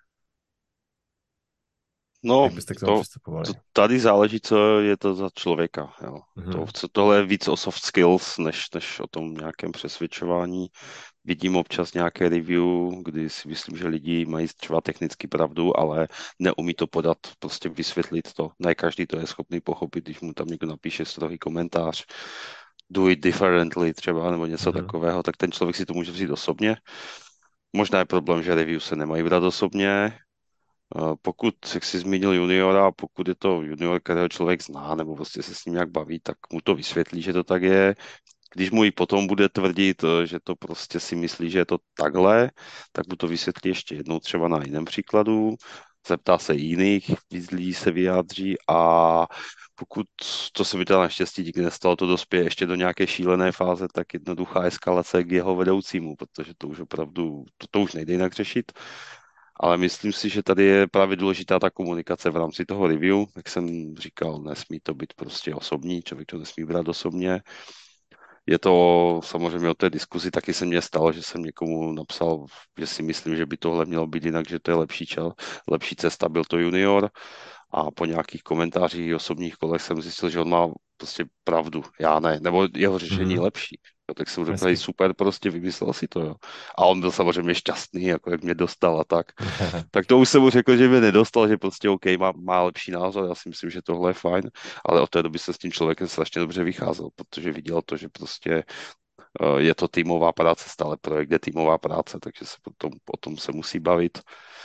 Speaker 3: No,
Speaker 1: Jak byste k tomu přistupovali?
Speaker 3: tady záleží, co je to za člověka. Jo.
Speaker 1: Mhm.
Speaker 3: Tohle je víc o soft skills, než o tom nějakém přesvědčování. Vidím občas nějaké review, kdy si myslím, že lidi mají třeba technicky pravdu, ale neumí to podat, prostě vysvětlit to. Ne každý to je schopný pochopit, když mu tam někdo napíše strohý komentář, do it differently třeba, nebo něco takového, tak ten člověk si to může vzít osobně. Možná je problém, že review se nemají brát osobně. Pokud, jak jsi zmínil juniora, pokud je to junior, kterého člověk zná, nebo prostě se s ním nějak baví, tak mu to vysvětlí, že to tak je. Když mu i potom bude tvrdit, že to prostě si myslí, že je to takhle, tak mu to vysvětlí ještě jednou třeba na jiném příkladu, zeptá se jiných, víc lidí se vyjádří a pokud to se mi teda naštěstí díky nestalo, to dospěje ještě do nějaké šílené fáze, tak jednoduchá eskalace k jeho vedoucímu, protože to už opravdu, to už nejde jinak řešit. Ale myslím si, že tady je právě důležitá ta komunikace v rámci toho review. Jak jsem říkal, nesmí to být prostě osobní, člověk to nesmí brát osobně. Je to samozřejmě o té diskuzi, taky se mně stalo, že jsem někomu napsal, že si myslím, že by tohle mělo být jinak, že to je lepší cesta, byl to junior a po nějakých komentářích i osobních kolech jsem zjistil, že on má prostě pravdu, já ne, nebo jeho řešení je lepší. Jo, tak jsem řekl, hej, super, prostě vymyslel si to, jo. A on byl samozřejmě šťastný, jako jak mě dostal a tak. Tak to už jsem mu řekl, že mě nedostal, že prostě OK, má lepší názor, já si myslím, že tohle je fajn, ale od té doby jsem s tím člověkem strašně dobře vycházel, protože viděl to, že prostě je to týmová práce, stále projekt je týmová práce, takže se o tom se musí bavit.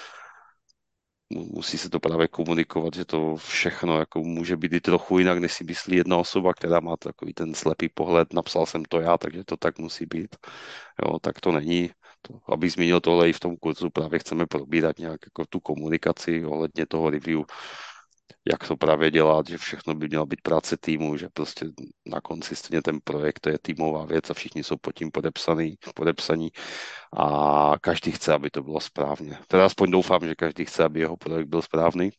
Speaker 3: Musí se to právě komunikovat, že to všechno jako může být i trochu jinak, než si myslí jedna osoba, která má takový ten slepý pohled, napsal jsem to já, takže to tak musí být. Jo, tak to není. Abych zmínil tohle i v tom kurzu, právě chceme probírat nějak jako tu komunikaci ohledně toho review, jak to právě dělat, že všechno by měla být práce týmu, že prostě na konci stejně ten projekt to je týmová věc a všichni jsou pod tím podepsaní a každý chce, aby to bylo správně. Teda aspoň doufám, že každý chce, aby jeho projekt byl správný,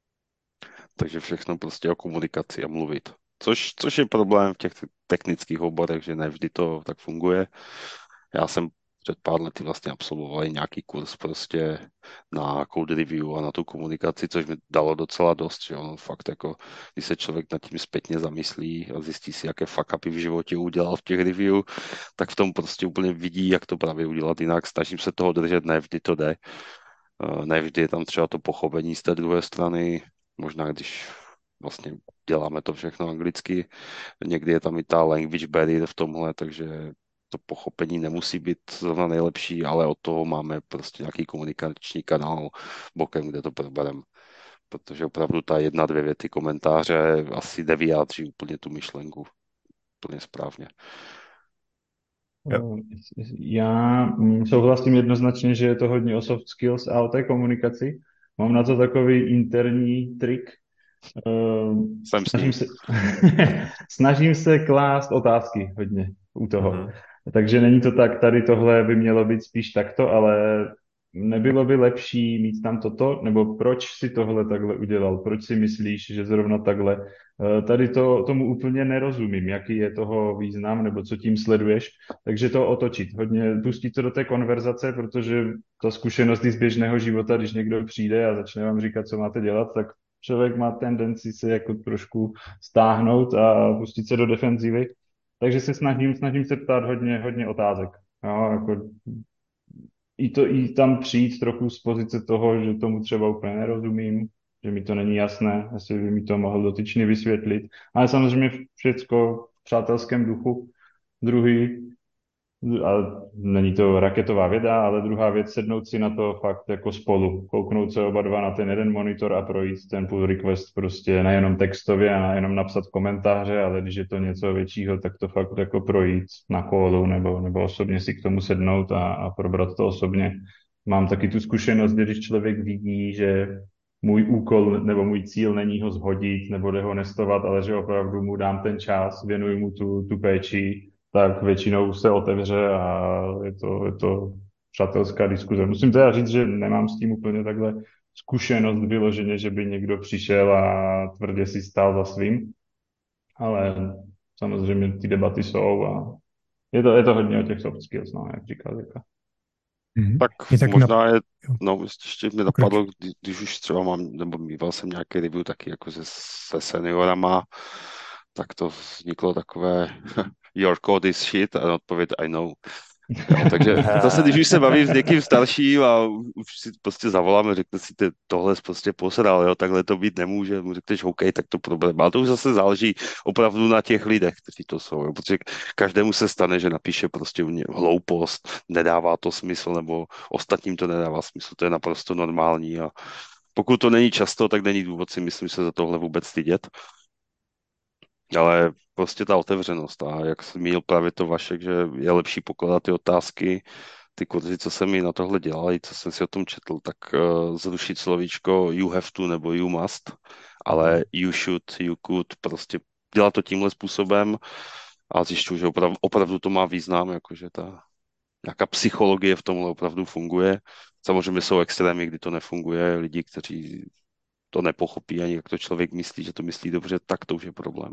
Speaker 3: takže všechno prostě o komunikaci a mluvit. Což je problém v těch technických oborech, že nevždy to tak funguje. Já jsem před pár lety vlastně absolvoval i nějaký kurz prostě na code review a na tu komunikaci, což mi dalo docela dost, že ono fakt jako, když se člověk nad tím zpětně zamyslí a zjistí si, jaké fuck upy v životě udělal v těch review, tak v tom prostě úplně vidí, jak to právě udělat jinak. Snažím se toho držet, ne vždy to jde. Ne vždy je tam třeba to pochopení z té druhé strany, možná když vlastně děláme to všechno anglicky, někdy je tam i ta language barrier v tomhle, takže to pochopení nemusí být zrovna nejlepší, ale od toho máme prostě nějaký komunikační kanál bokem, kde to probereme. Protože opravdu ta jedna, dvě věty komentáře asi nevyjádří úplně tu myšlenku úplně správně.
Speaker 1: Jo.
Speaker 4: Já souhlasím jednoznačně, že je to hodně o soft skills a o té komunikaci. Mám na to takový interní trik.
Speaker 3: Jsem s ním.
Speaker 4: Snažím se klást otázky hodně u toho.
Speaker 1: Mhm.
Speaker 4: Takže není to tak, tady tohle by mělo být spíš takto, ale nebylo by lepší mít tam toto? Nebo proč si tohle takhle udělal? Proč si myslíš, že zrovna takhle? Tady tomu úplně nerozumím, jaký je toho význam, nebo co tím sleduješ. Takže to otočit, hodně pustit to do té konverzace, protože ta zkušenost z běžného života, když někdo přijde a začne vám říkat, co máte dělat, tak člověk má tendenci se jako trošku stáhnout a pustit se do defenzivy. Takže se snažím se ptát hodně otázek. Jo, jako i tam přijít trochu z pozice toho, že tomu třeba úplně nerozumím, že mi to není jasné, jestli by mi to mohl dotyčný vysvětlit. Ale samozřejmě všecko v přátelském duchu. Druhý, a není to raketová věda, ale druhá věc, sednout si na to fakt jako spolu, kouknout se oba dva na ten jeden monitor a projít ten pull request prostě nejenom textově a nejenom napsat komentáře, ale když je to něco většího, tak to fakt jako projít na callu nebo osobně si k tomu sednout a probrat to osobně. Mám taky tu zkušenost, kdy když člověk vidí, že můj úkol nebo můj cíl není ho zhodit nebo dehonestovat, ale že opravdu mu dám ten čas, věnuji mu tu péči, tak většinou se otevře a je to přátelská diskuze. Musím teda říct, že nemám s tím úplně takhle zkušenost vyloženě, že by někdo přišel a tvrdě si stál za svým, ale samozřejmě ty debaty jsou a je to hodně o těch soft skills, no, jak říká Zirka.
Speaker 3: Tak
Speaker 2: Je tak
Speaker 3: možná je,
Speaker 2: jo,
Speaker 3: no ještě mi napadlo, když už třeba mám, nebo mýval jsem nějaké review taky jako se seniorama, tak to vzniklo takové your code is shit a odpověď I know. Jo, takže zase, když už se bavím s někým starším a už si prostě zavoláme, řekne si, tohle jsi prostě posral, jo, takhle to být nemůže, mu řekneš OK, tak to problém. Ale to už zase záleží opravdu na těch lidech, kteří to jsou, jo, protože každému se stane, že napíše prostě hloupost, nedává to smysl, nebo ostatním to nedává smysl, to je naprosto normální a pokud to není často, tak není důvod si myslím se za tohle vůbec stydět. Ale prostě ta otevřenost a jak zmínil právě to Vašek, že je lepší pokládat ty otázky, ty kurzy, co jsem mi na tohle dělal, i co jsem si o tom četl, tak zrušit slovíčko you have to nebo you must, ale you should, you could, prostě dělat to tímhle způsobem a zjišťuju, že opravdu to má význam, jakože ta nějaká psychologie v tomhle opravdu funguje. Samozřejmě jsou extrémy, kdy to nefunguje, lidi, kteří to nepochopí ani jak to člověk myslí, že to myslí dobře, tak to už je problém.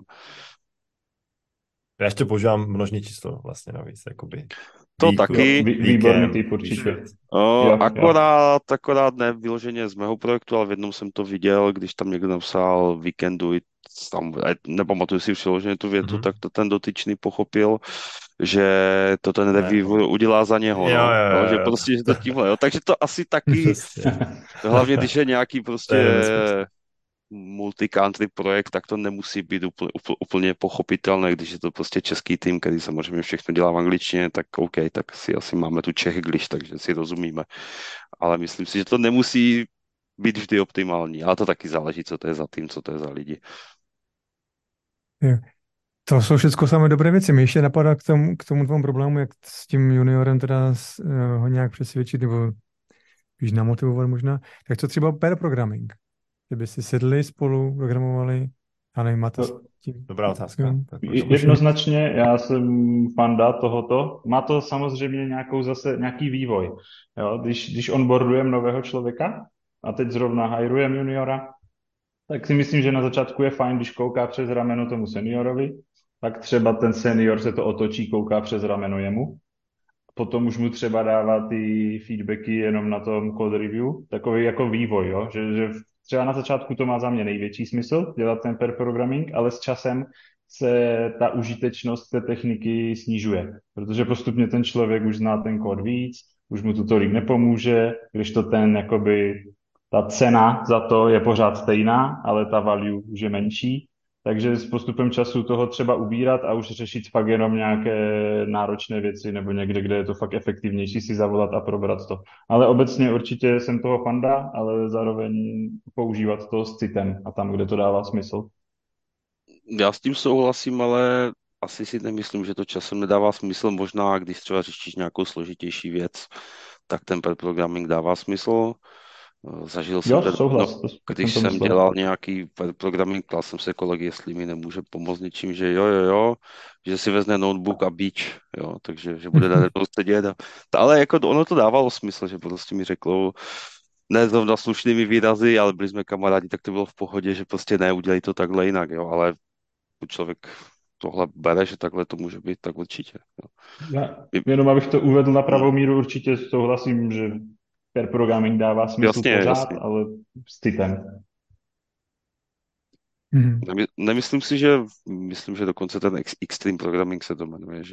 Speaker 1: Já ještě používám množné číslo vlastně navíc, jakoby.
Speaker 3: To
Speaker 1: We could,
Speaker 3: taky.
Speaker 4: Výborný
Speaker 1: we
Speaker 4: typ
Speaker 1: can, we
Speaker 4: určitě.
Speaker 1: should.
Speaker 4: Jo.
Speaker 3: Akorát ne vyloženě z mého projektu, ale v jednom jsem to viděl, když tam někdo napsal we can do it, tam, nepamatuju si vyloženě tu větu, tak to ten dotyčný pochopil, že to ten reviewer udělá za něho,
Speaker 1: Jo,
Speaker 3: no.
Speaker 1: jo,
Speaker 3: No,
Speaker 1: jo,
Speaker 3: že
Speaker 1: jo.
Speaker 3: prostě že to tímhle, jo. Takže to asi taky,
Speaker 1: Přesně.
Speaker 3: hlavně když je nějaký
Speaker 1: To je
Speaker 3: prostě
Speaker 1: nebezpečné.
Speaker 3: multi-country projekt, tak to nemusí být úplně pochopitelné, když je to prostě český tým, který samozřejmě všechno dělá v angličtině, tak OK, tak si asi máme tu Czech English, takže si rozumíme. Ale myslím si, že to nemusí být vždy optimální, ale to taky záleží, co to je za tým, co to je za lidi.
Speaker 2: jo. To jsou všechno samé dobré věci. Mě ještě napadá k tomu tvomu problému, jak s tím juniorem teda ho nějak přesvědčit, nebo spíš namotivovat možná. Tak co třeba pair programming? Že by si sedli spolu, programovali, a nevím, máte s tím...
Speaker 1: Dobrá otázka.
Speaker 2: Jo,
Speaker 4: Jednoznačně, já jsem fanda tohoto. Má to samozřejmě nějaký vývoj. Jo? Když onboardujeme nového člověka a teď zrovna hajrujeme juniora, tak si myslím, že na začátku je fajn, když kouká přes rameno tomu seniorovi, tak třeba ten senior se to otočí, kouká přes rameno jemu. Potom už mu třeba dává ty feedbacky jenom na tom code review, takový jako vývoj, jo? Že třeba na začátku to má za mě největší smysl, dělat ten pair programming, ale s časem se ta užitečnost té techniky snižuje, protože postupně ten člověk už zná ten kód víc, už mu to tolik nepomůže, když to ta cena za to je pořád stejná, ale ta value už je menší. Takže s postupem času toho třeba ubírat a už řešit fakt jenom nějaké náročné věci nebo někde, kde je to fakt efektivnější si zavolat a probrat to. Ale obecně určitě jsem toho fanda, ale zároveň používat to s citem a tam, kde to dává smysl.
Speaker 3: Já s tím souhlasím, ale asi si nemyslím, že to časem nedává smysl. Možná, když třeba řešíš nějakou složitější věc, tak ten pair programming dává smysl. Zažil jsem
Speaker 4: Jo,
Speaker 3: teda,
Speaker 4: souhlas,
Speaker 3: když
Speaker 4: to
Speaker 3: jsem
Speaker 4: myslel.
Speaker 3: dělal nějaký pair programming, ptal jsem se kolegy, jestli mi nemůže pomoct něčím, že jo, že si vezme notebook a bič, jo, takže že bude najednou sedět. Ale jako ono to dávalo smysl, že prostě mi řeklo, ne zrovna slušnými výrazy, ale byli jsme kamarádi, tak to bylo v pohodě, že prostě ne, udělej to takhle jinak, jo, ale pokud člověk tohle bere, že takhle to může být, tak určitě. Jo.
Speaker 4: Já, jenom abych to uvedl na pravou míru, určitě souhlasím, že pair programming dává smysl pořád,
Speaker 3: Jasně.
Speaker 4: ale s citem.
Speaker 2: Mhm.
Speaker 3: Myslím, že dokonce ten extreme programming se to jmenuje, že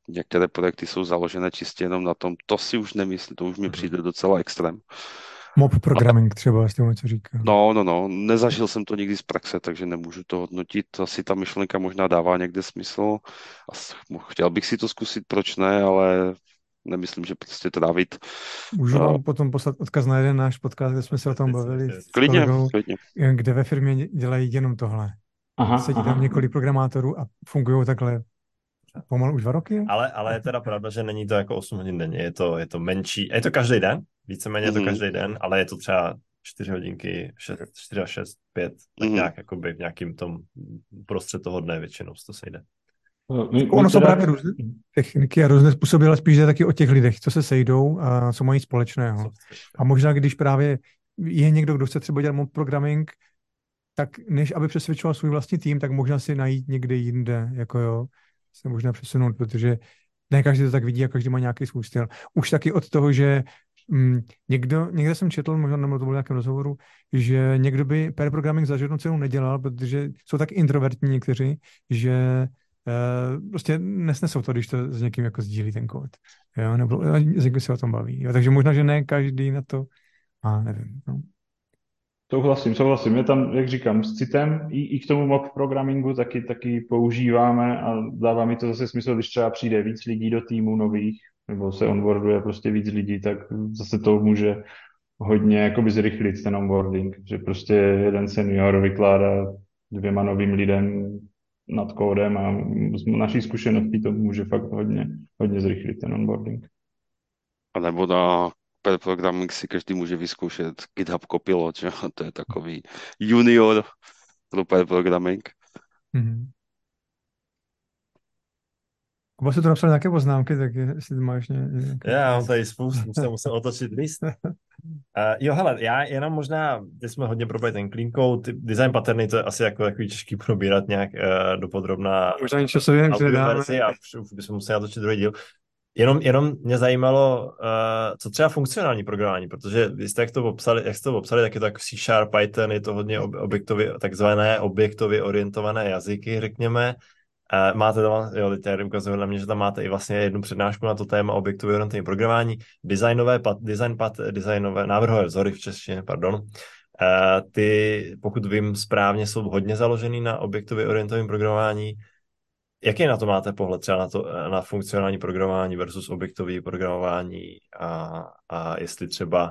Speaker 3: některé projekty jsou založené čistě jenom na tom, to si už nemyslím, to už mi
Speaker 1: Mhm.
Speaker 3: přijde docela extrém.
Speaker 2: Mob programming třeba, jestli tomu něco říká.
Speaker 3: No, nezažil jsem to nikdy z praxe, takže nemůžu to hodnotit. Asi ta myšlenka možná dává někde smysl. Chtěl bych si to zkusit, proč ne, ale nemyslím, že prostě trávit.
Speaker 2: Můžu
Speaker 3: Uh,
Speaker 2: vám potom poslat odkaz na jeden náš podcast, kde jsme se o tom bavili s
Speaker 3: klidně,
Speaker 2: kolegou,
Speaker 3: klidně.
Speaker 2: kde ve firmě dělají jenom tohle.
Speaker 4: Aha,
Speaker 2: Sedí tam
Speaker 4: aha.
Speaker 2: několik programátorů a fungují takhle pomalu už 2 roky.
Speaker 1: Ale je teda pravda, že není to jako 8 hodin denně, je to menší, je to každý den, víceméně je to
Speaker 3: Mhm,
Speaker 1: každý den, ale je to třeba 4 hodinky, 4 až 6, 5, tak
Speaker 3: mhm.
Speaker 1: nějak jakoby v nějakým tom prostřed toho dne většinou se to sejde.
Speaker 2: Ono jsou
Speaker 4: teda...
Speaker 2: právě různé techniky a různé způsoby, ale spíš jde taky o těch lidech, co se sejdou a co mají společného. A možná, když právě je někdo, kdo chce třeba dělat mob programming, tak než aby přesvědčoval svůj vlastní tým, tak možná si najít někde jinde, jako jo, se možná přesunout, protože ne každý to tak vidí a každý má nějaký svůj styl. Už taky od toho, že někde jsem četl, možná nebo to bylo v nějakém rozhovoru, že někdo by pair programming za žádnou cenu nedělal, protože jsou tak introvertní někteří, že prostě nesnesou to, když to s někým jako sdílí ten kód. Jo? Nebo s někým se o tom baví. Jo? Takže možná, že ne každý na to má, nevím. No.
Speaker 4: Souhlasím. Je tam, jak říkám, s citem i k tomu mob programmingu taky používáme a dává mi to zase smysl, když třeba přijde víc lidí do týmu nových, nebo se onboarduje prostě víc lidí, tak zase to může hodně jakoby zrychlit ten onboarding, že prostě jeden senior vykládá 2 novým lidem nad kódem a z naší zkušenosti to může fakt hodně zrychlit ten onboarding.
Speaker 3: A nebo na pair programming si každý může vyzkoušet GitHub Copilot, že? To je takový junior pro pair programming.
Speaker 2: Mm-hmm. Kuba se to napsal nějaké poznámky, tak jestli máš nějaké...
Speaker 1: Já mám tady spoustu, musím otočit list. Jo, hele, já jenom možná, teď jsme hodně probali ten clean code, design patterny, to je asi jako takový těžký probírat nějak dopodrobná
Speaker 2: Možná něco se jen předáme.
Speaker 1: a už bychom museli natočit druhý díl. Jenom mě zajímalo, co třeba funkcionální programování, protože vy jste jak jste to popsali, tak je to jako C#, Python, je to hodně takzvané objektově orientované jazyky, řekněme. Máte tam, jo, teď ukazuje na mě, že tam máte i vlastně jednu přednášku na to téma objektově orientované programování, designové návrhové vzory v češtině, pardon. Ty, pokud vím správně, jsou hodně založený na objektově orientovaném programování. Jaký na to máte pohled třeba na funkcionální programování versus objektový programování a jestli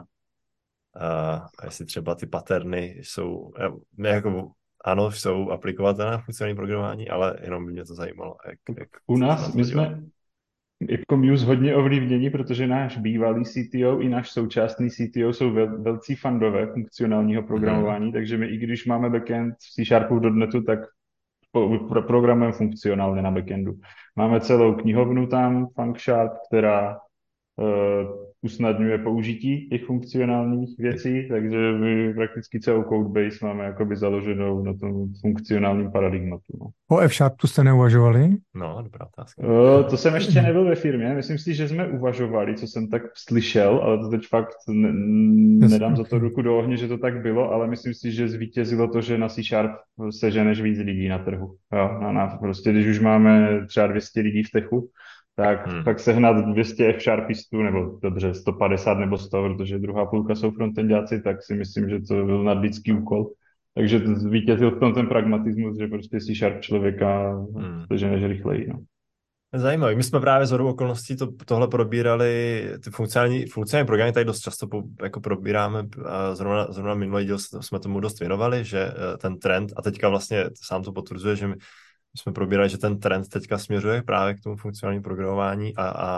Speaker 1: třeba ty patterny jsou, jako, ano, jsou aplikovatelné na funkcionální programování, ale jenom by mě to zajímalo.
Speaker 4: U nás, my jsme jako Muse hodně ovlivněni, protože náš bývalý CTO i náš současný CTO jsou velcí fandové funkcionálního programování, takže my i když máme backend v C# v .NETu, tak programujeme funkcionálně na backendu. Máme celou knihovnu tam, FunkSharp, která usnadňuje použití těch funkcionálních věcí, takže my prakticky celou codebase máme jakoby založenou na tom funkcionálním paradigmatu. No.
Speaker 2: O F-Sharpu jste neuvažovali?
Speaker 1: No, dobrá otázka.
Speaker 4: To jsem ještě nebyl ve firmě, myslím si, že jsme uvažovali, co jsem tak slyšel, ale to teď fakt nedám za to ruku do ohně, že to tak bylo, ale myslím si, že zvítězilo to, že na C# seženeš víc lidí na trhu. Jo, prostě když už máme třeba 200 lidí v techu, tak sehnat 200 F-sharpistů, nebo dobře 150 nebo 100, protože druhá půlka jsou frontendáci, tak si myslím, že to byl nadlidský úkol. Takže to zvítězil v tom ten pragmatismus, že prostě C# člověka seženeš rychleji. No.
Speaker 1: Zajímavý. My jsme právě shodou okolností tohle probírali, ty funkcionální programy tady dost často jako probíráme a zrovna minulý díl jsme tomu dost věnovali, že ten trend, a teďka vlastně sám to potvrzuje, že my jsme probírali, že ten trend teďka směřuje právě k tomu funkcionálnímu programování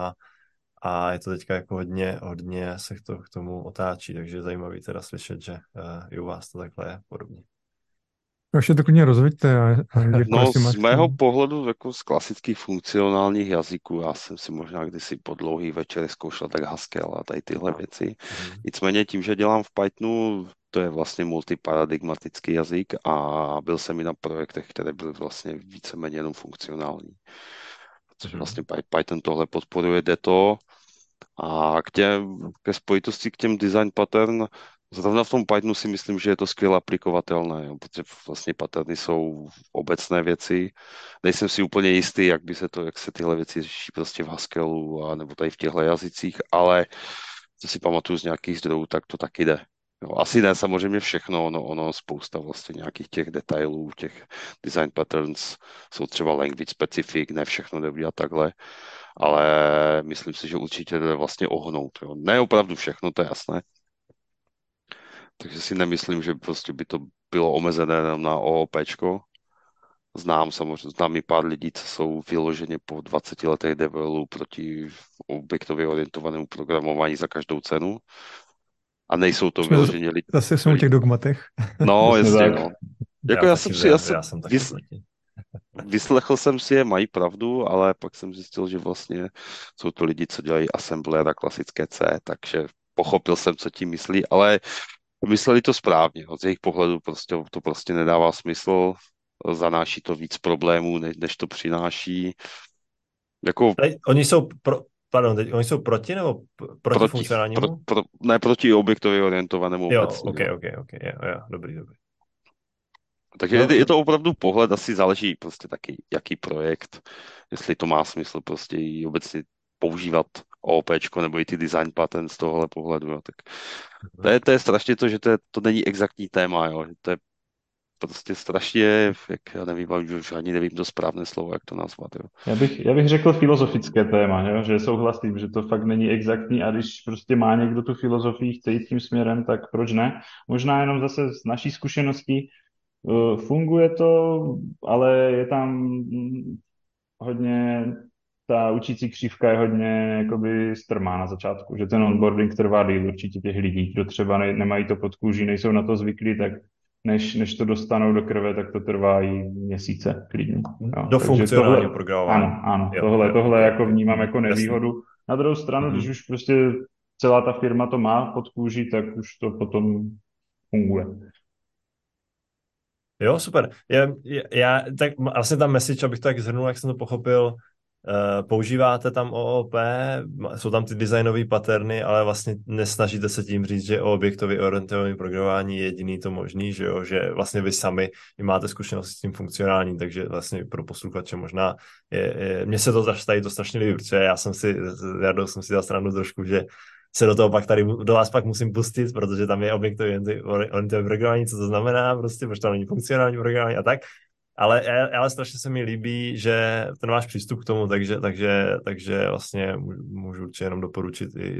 Speaker 1: a je to teďka jako hodně se k tomu otáčí, takže je zajímavý teda slyšet, že i u vás to takhle je podobně.
Speaker 2: Ještě to klidně rozveďte.
Speaker 3: No, z mého pohledu jako z klasických funkcionálních jazyků, já jsem si možná kdysi po dlouhý večer zkoušel tak Haskell a tady tyhle věci. Nicméně tím, že dělám v Pythonu, to je vlastně multiparadigmatický jazyk a byl jsem i na projektech, které byly vlastně víceméně jenom funkcionální. Protože vlastně Python tohle podporuje, jde to. A ke spojitosti k těm design pattern, Zrovna v tom Pythonu si myslím, že je to skvěle aplikovatelné, jo, protože vlastně patterny jsou obecné věci. Nejsem si úplně jistý, jak se tyhle věci řeší prostě v Haskellu a nebo tady v těchto jazycích, ale co si pamatuju z nějakých zdrojů, tak to taky jde. Jo, asi ne samozřejmě všechno, ono spousta vlastně nějakých těch detailů, těch design patterns jsou třeba language specific, ne všechno jde udělat takhle, ale myslím si, že určitě jde vlastně ohnout. Jo. Ne opravdu všechno, to je jasné, takže si nemyslím, že prostě by to bylo omezené jenom na OOPčko. Znám i pár lidí, co jsou vyloženě po 20 letech develu proti objektově orientovanému programování za každou cenu. A nejsou to
Speaker 2: Jsme
Speaker 3: vyloženě lidi.
Speaker 2: zase jsou v těch dogmatech.
Speaker 3: No,
Speaker 4: Přesně
Speaker 3: jasně,
Speaker 4: tak.
Speaker 3: no.
Speaker 1: Já
Speaker 3: Jako já
Speaker 1: taky,
Speaker 3: jsem si, já jsem
Speaker 1: já jsem taky proti.
Speaker 3: vyslechl jsem si je, mají pravdu, ale pak jsem zjistil, že vlastně jsou to lidi, co dělají assembler a klasické C, takže pochopil jsem, co tím myslí, ale mysleli to správně. No. Z jejich pohledu to prostě nedává smysl, zanáší to víc problémů, než to přináší. Jako
Speaker 1: Oni jsou oni jsou proti nebo proti
Speaker 3: proti,
Speaker 1: funkcionálnímu?
Speaker 3: ne proti objektově orientovanému
Speaker 1: Jo,
Speaker 3: obecně.
Speaker 1: jo, dobrý.
Speaker 3: Takže je to opravdu pohled, asi záleží prostě taky, jaký projekt, jestli to má smysl prostě i obecně používat OOPčko nebo i ty design pattern z tohohle pohledu, jo. Tak to je strašně to, že to není exaktní téma, jo. To je prostě strašně, já nevím, už ani nevím to správné slovo, jak to nazvat, jo.
Speaker 4: Já bych řekl filozofické téma, jo? Že souhlasím, že to fakt není exaktní a když prostě má někdo tu filozofii, chce jít tím směrem, tak proč ne? Možná jenom zase z naší zkušenosti funguje to, ale je tam hodně, ta učící křivka je hodně jakoby strmá na začátku, že ten onboarding trvá díl určitě těch lidí, kdo třeba nemají to pod kůží, nejsou na to zvyklí, tak než to dostanou do krve, tak to trvá i měsíce klidně. Jo.
Speaker 1: Do
Speaker 4: Takže
Speaker 1: funkcionálního programování.
Speaker 4: Ano,
Speaker 1: Jo,
Speaker 4: tohle
Speaker 1: okay,
Speaker 4: jako vnímám jako nevýhodu.
Speaker 1: Jasný.
Speaker 4: Na druhou stranu, když už prostě celá ta firma to má pod kůží, tak už to potom funguje.
Speaker 1: Jo, super. Tak vlastně ta message, abych to tak zhrnul, jak jsem to pochopil, používáte tam OOP, jsou tam ty designové paterny, ale vlastně nesnažíte se tím říct, že o objektově orientované programování je jediný to možný, že jo, že vlastně vy sami máte zkušenosti s tím funkcionálním, takže vlastně pro posluchače možná mně se to tady to strašně líbí, protože já jsem si dal stranu trošku, že se do vás pak musím pustit, protože tam je objektově orientované programování, co to znamená, prostě, protože tam není funkcionální programování a tak. Ale strašně se mi líbí, že ten váš přístup k tomu, takže vlastně můžu určitě jenom doporučit i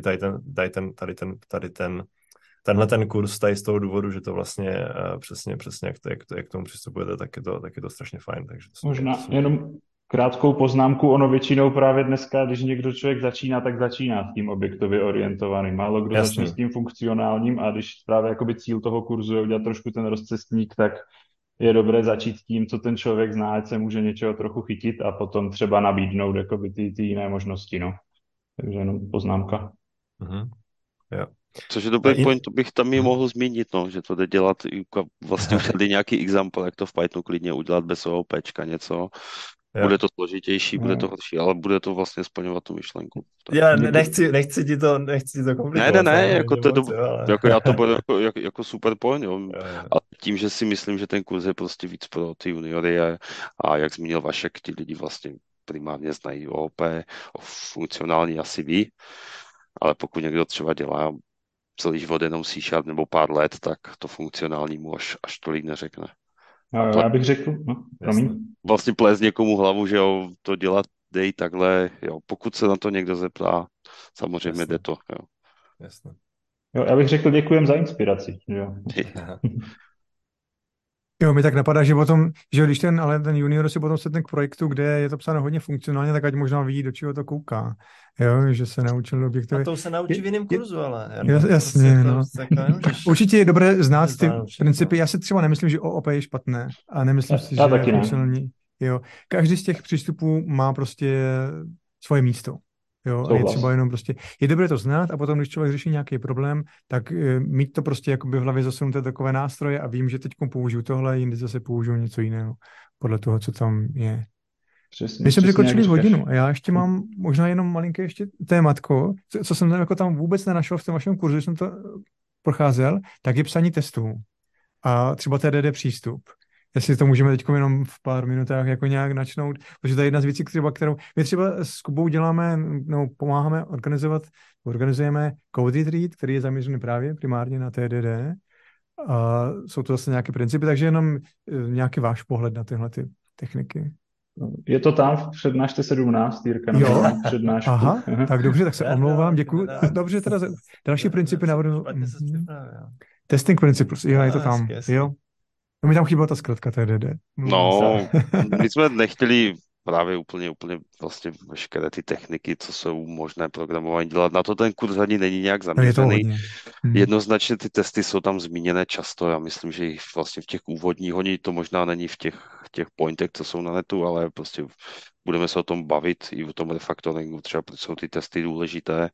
Speaker 1: tenhle ten kurz tady z toho důvodu, že to vlastně přesně jak k tomu přistupujete, tak je to strašně fajn. Takže to
Speaker 4: Možná jenom krátkou poznámku, ono většinou právě dneska, když někdo člověk začíná, tak začíná s tím objektově orientovaným. Málo kdo začne s tím funkcionálním a když právě jakoby cíl toho kurzu je udělat trošku ten rozcestník, tak je dobré začít tím, co ten člověk zná, ať se může něčeho trochu chytit a potom třeba nabídnout jakoby ty jiné možnosti, no. Takže jenom poznámka.
Speaker 1: Mm-hmm. Jo.
Speaker 3: Což je dobrý point, to bych tam i mohl zmínit, no, že to jde dělat, vlastně už tady nějaký example, jak to v Pythonu klidně udělat bez OOPčka něco. Bude to složitější, bude to horší, ale bude to vlastně splňovat tu myšlenku.
Speaker 1: Já nechci ti to komplikovat.
Speaker 3: Ne, jako to je jako já to beru jako super point, jo. A tím, že si myslím, že ten kurz je prostě víc pro ty juniory a jak zmínil Vašek, ti lidi vlastně primárně znají OOP, o funkcionální asi ví, ale pokud někdo třeba dělá celý život jenom C# nebo pár let, tak to funkcionální mu až tolik neřekne.
Speaker 4: Já bych řekl, promiň.
Speaker 3: Vlastně plést někomu hlavu, že jo, to dělat dej takhle, jo, pokud se na to někdo zeptá, samozřejmě jde to, jo.
Speaker 1: Jasně.
Speaker 4: Jo, já bych řekl děkujem za inspiraci, jo.
Speaker 2: Jo, mi tak napadá, že potom, že když ten junior si potom sedne k projektu, kde je to psáno hodně funkcionálně, tak ať možná ví, do čeho to kouká. Jo, že se naučil objektově.
Speaker 1: A to se naučí v jiném kurzu, ale.
Speaker 2: Jasně, no. Určitě je dobré znát ty principy. Já si třeba nemyslím, že OOP je špatné a nemyslím si, že je funkcionální. Jo. Každý z těch přístupů má prostě svoje místo. Jo, a je třeba jenom prostě, je dobré to znát a potom, když člověk řeší nějaký problém, tak mít to prostě jakoby v hlavě zasunuté takové nástroje a vím, že teď použiju tohle, jindy zase použiju něco jiného, podle toho, co tam je. Když jsem překročili hodinu a já ještě mám možná jenom malinké ještě tématko, co jsem tam jako tam vůbec nenašel v tom vašem kurzu, jsem to procházel, tak je psaní testů a třeba TDD přístup. Jestli to můžeme teď jenom v pár minutách jako nějak načnout, protože to je jedna z věcí, kterou my třeba s Kubou děláme, no, pomáháme organizujeme Code Retreat, který je zaměřený právě primárně na TDD. A jsou to zase nějaké principy, takže jenom nějaký váš pohled na tyhle ty techniky.
Speaker 4: Je to tam v přednášce 17, Jirka, na
Speaker 2: Jo?
Speaker 4: přednášku.
Speaker 2: Aha, tak dobře, tak se omlouvám, děkuji.
Speaker 1: Nedá.
Speaker 2: Dobře, teda další principy navrhu.
Speaker 1: Špatně se připravil.
Speaker 2: Testing principles, jo, je to tam.
Speaker 1: Hezky, hezky.
Speaker 2: Jo. No mi tam chyběla ta zkratka TDD.
Speaker 3: No, my jsme nechtěli právě úplně vlastně veškeré ty techniky, co jsou možné programování dělat. Na to ten kurz ani není nějak
Speaker 2: No, je to
Speaker 3: zaměřený.
Speaker 2: hodně.
Speaker 3: Jednoznačně ty testy jsou tam zmíněné často. Já myslím, že jich vlastně v těch úvodních, oni to možná není v těch pointech, co jsou na netu, ale prostě budeme se o tom bavit i o tom refaktoringu, třeba proč jsou ty testy důležité.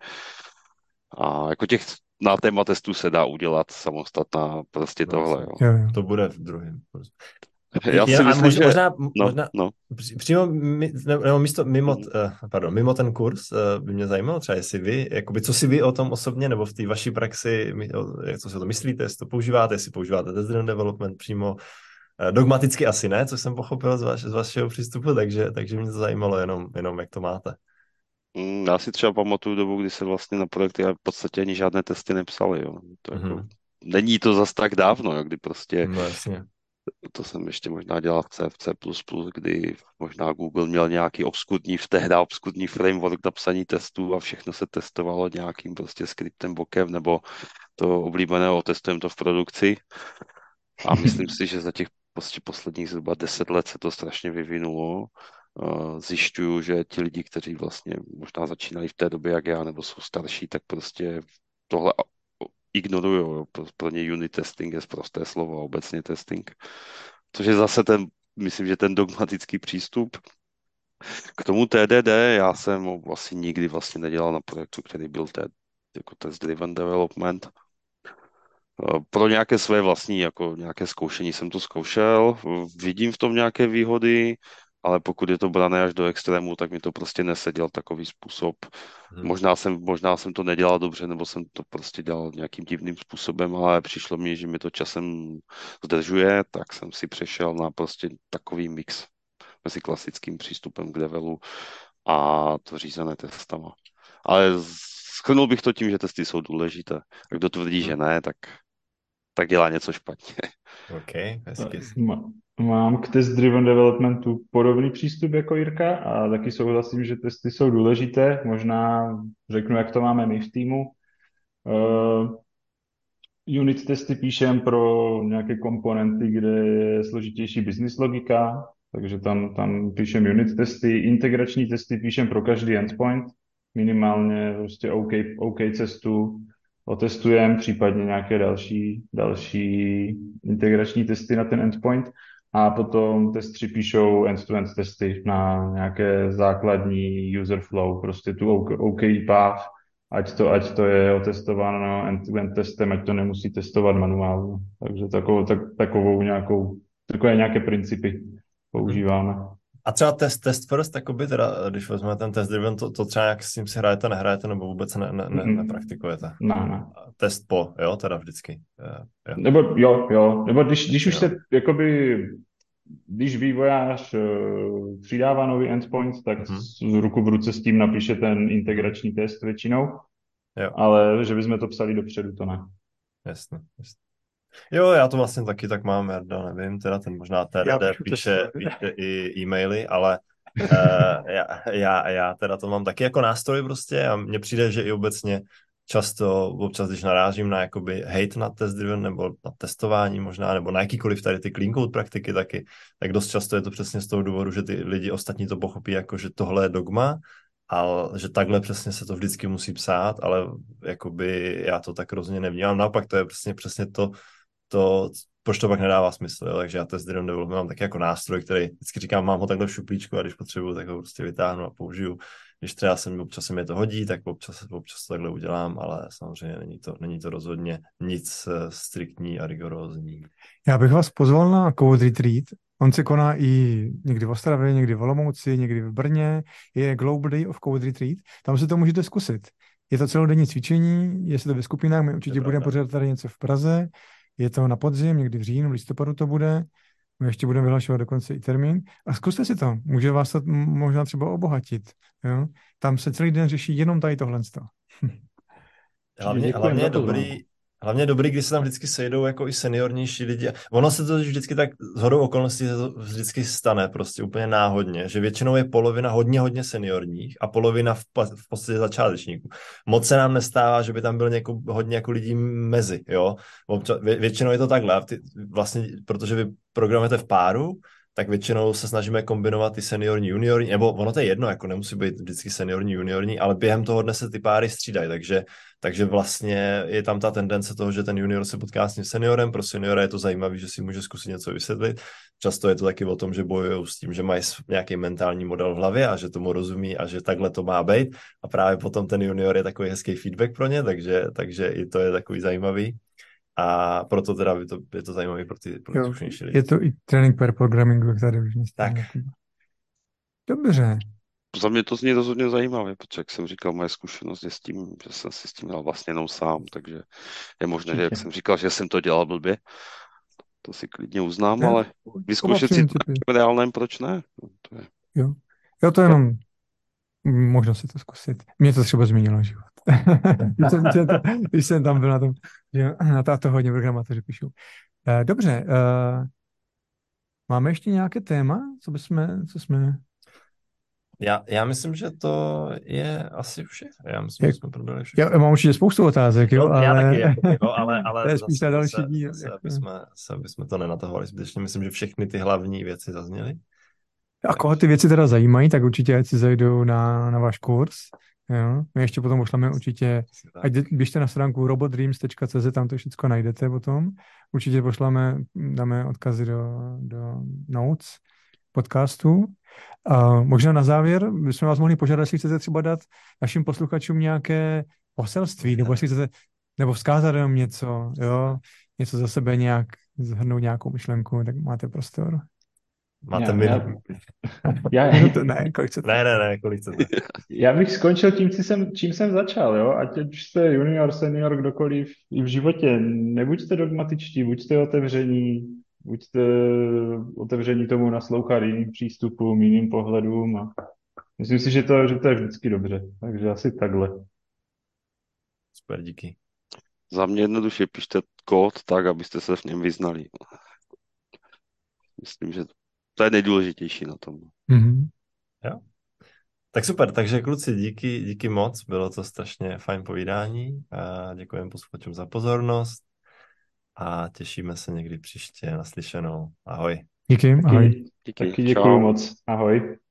Speaker 3: A jako na téma testů se dá udělat samostatná prostě tohle. Jo.
Speaker 2: Jo.
Speaker 1: To bude v druhém kurzu.
Speaker 3: Já si myslím, že...
Speaker 1: Možná přímo nebo mimo ten kurz by mě zajímalo třeba, jestli vy, jakoby, co si vy o tom osobně, nebo v té vaší praxi, co si o tom myslíte, jestli to používáte, jestli používáte test-driven development přímo, dogmaticky asi ne, co jsem pochopil z vašeho přístupu, takže mě to zajímalo jenom jak to máte.
Speaker 3: Já si třeba pamatuju dobu, kdy se vlastně na projekty v podstatě ani žádné testy nepsaly. Jo. To jako, není to zas tak dávno, jo, kdy prostě...
Speaker 1: No jasně.
Speaker 3: To jsem ještě možná dělal v C++, kdy možná Google měl nějaký obskudní framework na psaní testů a všechno se testovalo nějakým prostě skriptem bokem, nebo to oblíbené otestujeme to v produkci. A myslím si, že za těch prostě posledních zhruba 10 let se to strašně vyvinulo. Zjišťuju, že ti lidi, kteří vlastně možná začínali v té době, jak já, nebo jsou starší, tak prostě tohle ignorují. Pro ně unit testing je prosté slovo, obecně testing. Což je zase myslím, že ten dogmatický přístup. K tomu TDD já jsem asi nikdy vlastně nedělal na projektu, který byl jako test-driven development. Pro nějaké své vlastní, jako nějaké zkoušení jsem to zkoušel. Vidím v tom nějaké výhody, ale pokud je to brané až do extrému, tak mi to prostě neseděl takový způsob. Možná jsem to nedělal dobře, nebo jsem to prostě dělal nějakým divným způsobem, ale přišlo mi, že mi to časem zdržuje, tak jsem si přešel na prostě takový mix mezi klasickým přístupem k develu a to řízené testama. Ale shrnul bych to tím, že testy jsou důležité. A kdo tvrdí, že ne, tak dělá něco špatně.
Speaker 1: OK, hezky.
Speaker 4: Mám k test-driven developmentu podobný přístup jako Jirka a taky souhlasím, že testy jsou důležité. Možná řeknu, jak to máme my v týmu. Unit testy píšem pro nějaké komponenty, kde je složitější business logika, takže tam píšem unit testy. Integrační testy píšem pro každý endpoint, minimálně prostě OK cestu otestujeme, případně nějaké další integrační testy na ten endpoint. A potom testři píšou end-to-end testy na nějaké základní user flow, prostě tu OK path, ať to je otestováno end-to-end testem, ať to nemusí testovat manuálně. Takže takové nějaké principy používáme.
Speaker 1: A třeba test first, jakoby teda, když vezmeme ten test driven, to třeba jak s tím si hrajete, nehrajete, nebo vůbec nepraktikujete?
Speaker 4: Ne.
Speaker 1: Test po, jo, teda vždycky.
Speaker 4: Jo. Nebo když už se, jakoby, když vývojář přidává nový endpoint, tak z ruku v ruce s tím napíše ten integrační test většinou,
Speaker 1: jo.
Speaker 4: Ale že bychom to psali dopředu, to ne.
Speaker 1: Jasně. Jo, já to vlastně taky tak mám, Jarda, nevím, teda ten možná TDD píše i e-maily, ale já teda to mám taky jako nástroj prostě a mně přijde, že i obecně občas, když narážím na jakoby hate na test-driven nebo na testování možná, nebo na jakýkoliv tady ty clean code praktiky taky, tak dost často je to přesně z toho důvodu, že ty lidi ostatní to pochopí jako, že tohle je dogma, ale že takhle přesně se to vždycky musí psát, ale jakoby já to tak rozhodně nevnímám. Naopak to je přesně to, proč to pak nedává smysl, jo? Takže já test-driven development mám taky jako nástroj, který vždycky říkám, mám ho takhle v šuplíčku a když potřebuju, tak ho prostě vytáhnu a použiju. Když třeba občas se mi to hodí, tak občas to takhle udělám, ale samozřejmě není to rozhodně nic striktní a rigorózní.
Speaker 2: Já bych vás pozval na Code Retreat. On se koná i někdy v Ostravě, někdy v Olomouci, někdy v Brně. Je Global Day of Code Retreat. Tam se to můžete zkusit. Je to celodenní cvičení, je se to ve skupinách, my určitě budeme
Speaker 1: pravda.
Speaker 2: pořádat tady něco v Praze, je to na podzim, někdy v říjnu, v listopadu to bude, my ještě budeme vyhlašovat dokonce i termín. A zkuste si to, může vás to možná třeba obohatit. Jo? Tam se celý den řeší jenom tady tohle.
Speaker 4: Určitě děkujem za pozvání.
Speaker 1: Hlavně je dobrý, když se tam vždycky sejdou jako i seniornější lidi. Ono se to vždycky tak shodou okolností se to vždycky stane prostě úplně náhodně, že většinou je polovina hodně seniorních a polovina v podstatě začátečníků. Moc se nám nestává, že by tam byl hodně jako lidí mezi, jo. Většinou je to takhle, vlastně, protože vy programujete v páru, tak většinou se snažíme kombinovat ty seniorní, juniorní, nebo ono to je jedno, jako nemusí být vždycky seniorní, juniorní, ale během toho dne se ty páry střídají, takže vlastně je tam ta tendence toho, že ten junior se potká s tím seniorem, pro seniora je to zajímavé, že si může zkusit něco vysvětlit. Často je to taky o tom, že bojují s tím, že mají nějaký mentální model v hlavě a že tomu rozumí a že takhle to má být. A právě potom ten junior je takový hezký feedback pro ně, takže i to je takový zajímavý. A proto teda je to zajímavé pro ty zkušenější lidi.
Speaker 2: Je to i trénink per programmingu, jak tady už
Speaker 1: Tak.
Speaker 2: Dobře.
Speaker 3: Za mě to zní rozhodně zajímavé, protože jak jsem říkal, moje zkušenost je s tím, že jsem si s tím dal vlastně jenom sám, takže je možné, že jak jsem říkal, že jsem to dělal blbě, to si klidně uznám, ale vyzkoušet si to v reálném, proč ne? No, to je...
Speaker 2: Jo, to jenom možno si to zkusit. Mě to třeba změnilo život. Když jsem tam byl na tom, že na to hodně programátoři píšou. Dobře, máme ještě nějaké téma, co jsme...
Speaker 1: Já myslím, že to je asi vše. Já myslím, že jsme probrali všechno.
Speaker 2: Já mám určitě spoustu otázek, jo, ale...
Speaker 1: Já taky, ale
Speaker 2: to je spíš na další díl.
Speaker 1: Aby jsme to nenatahovali zbytečně. Myslím, že všechny ty hlavní věci zazněly.
Speaker 2: A koho ty věci teda zajímají, tak určitě ať si zajdou na váš kurz. Jo. My ještě potom pošleme určitě, ať běžte na stránku robodreams.cz, tam to všechno najdete potom. Určitě dáme odkazy do notes podcastu. A možná na závěr bychom vás mohli požádat, jestli chcete třeba dát našim posluchačům nějaké poselství, nebo jestli chcete, nebo vzkázat jenom něco, jo, něco za sebe nějak, zhrnout nějakou myšlenku, tak máte prostor.
Speaker 1: Máte minutu. Kolik chcete.
Speaker 4: Já bych skončil tím, čím jsem začal, jo? Ať už jste junior, senior, kdokoliv i v životě, nebuďte dogmatičtí, buďte otevření tomu naslouchat jiným přístupům, jiným pohledům a myslím si, že to je vždycky dobře, takže asi takhle.
Speaker 1: Super, díky.
Speaker 3: Za mě jednoduše pište kód tak, abyste se v něm vyznali. Myslím, že to je nejdůležitější na tom.
Speaker 2: Mm-hmm.
Speaker 1: Jo. Tak super, takže kluci, díky moc, bylo to strašně fajn povídání a děkujeme posluchačům za pozornost a těšíme se někdy příště naslyšenou. Ahoj.
Speaker 2: Díky, ahoj.
Speaker 3: Díky,
Speaker 4: taky děkuju moc. Ahoj.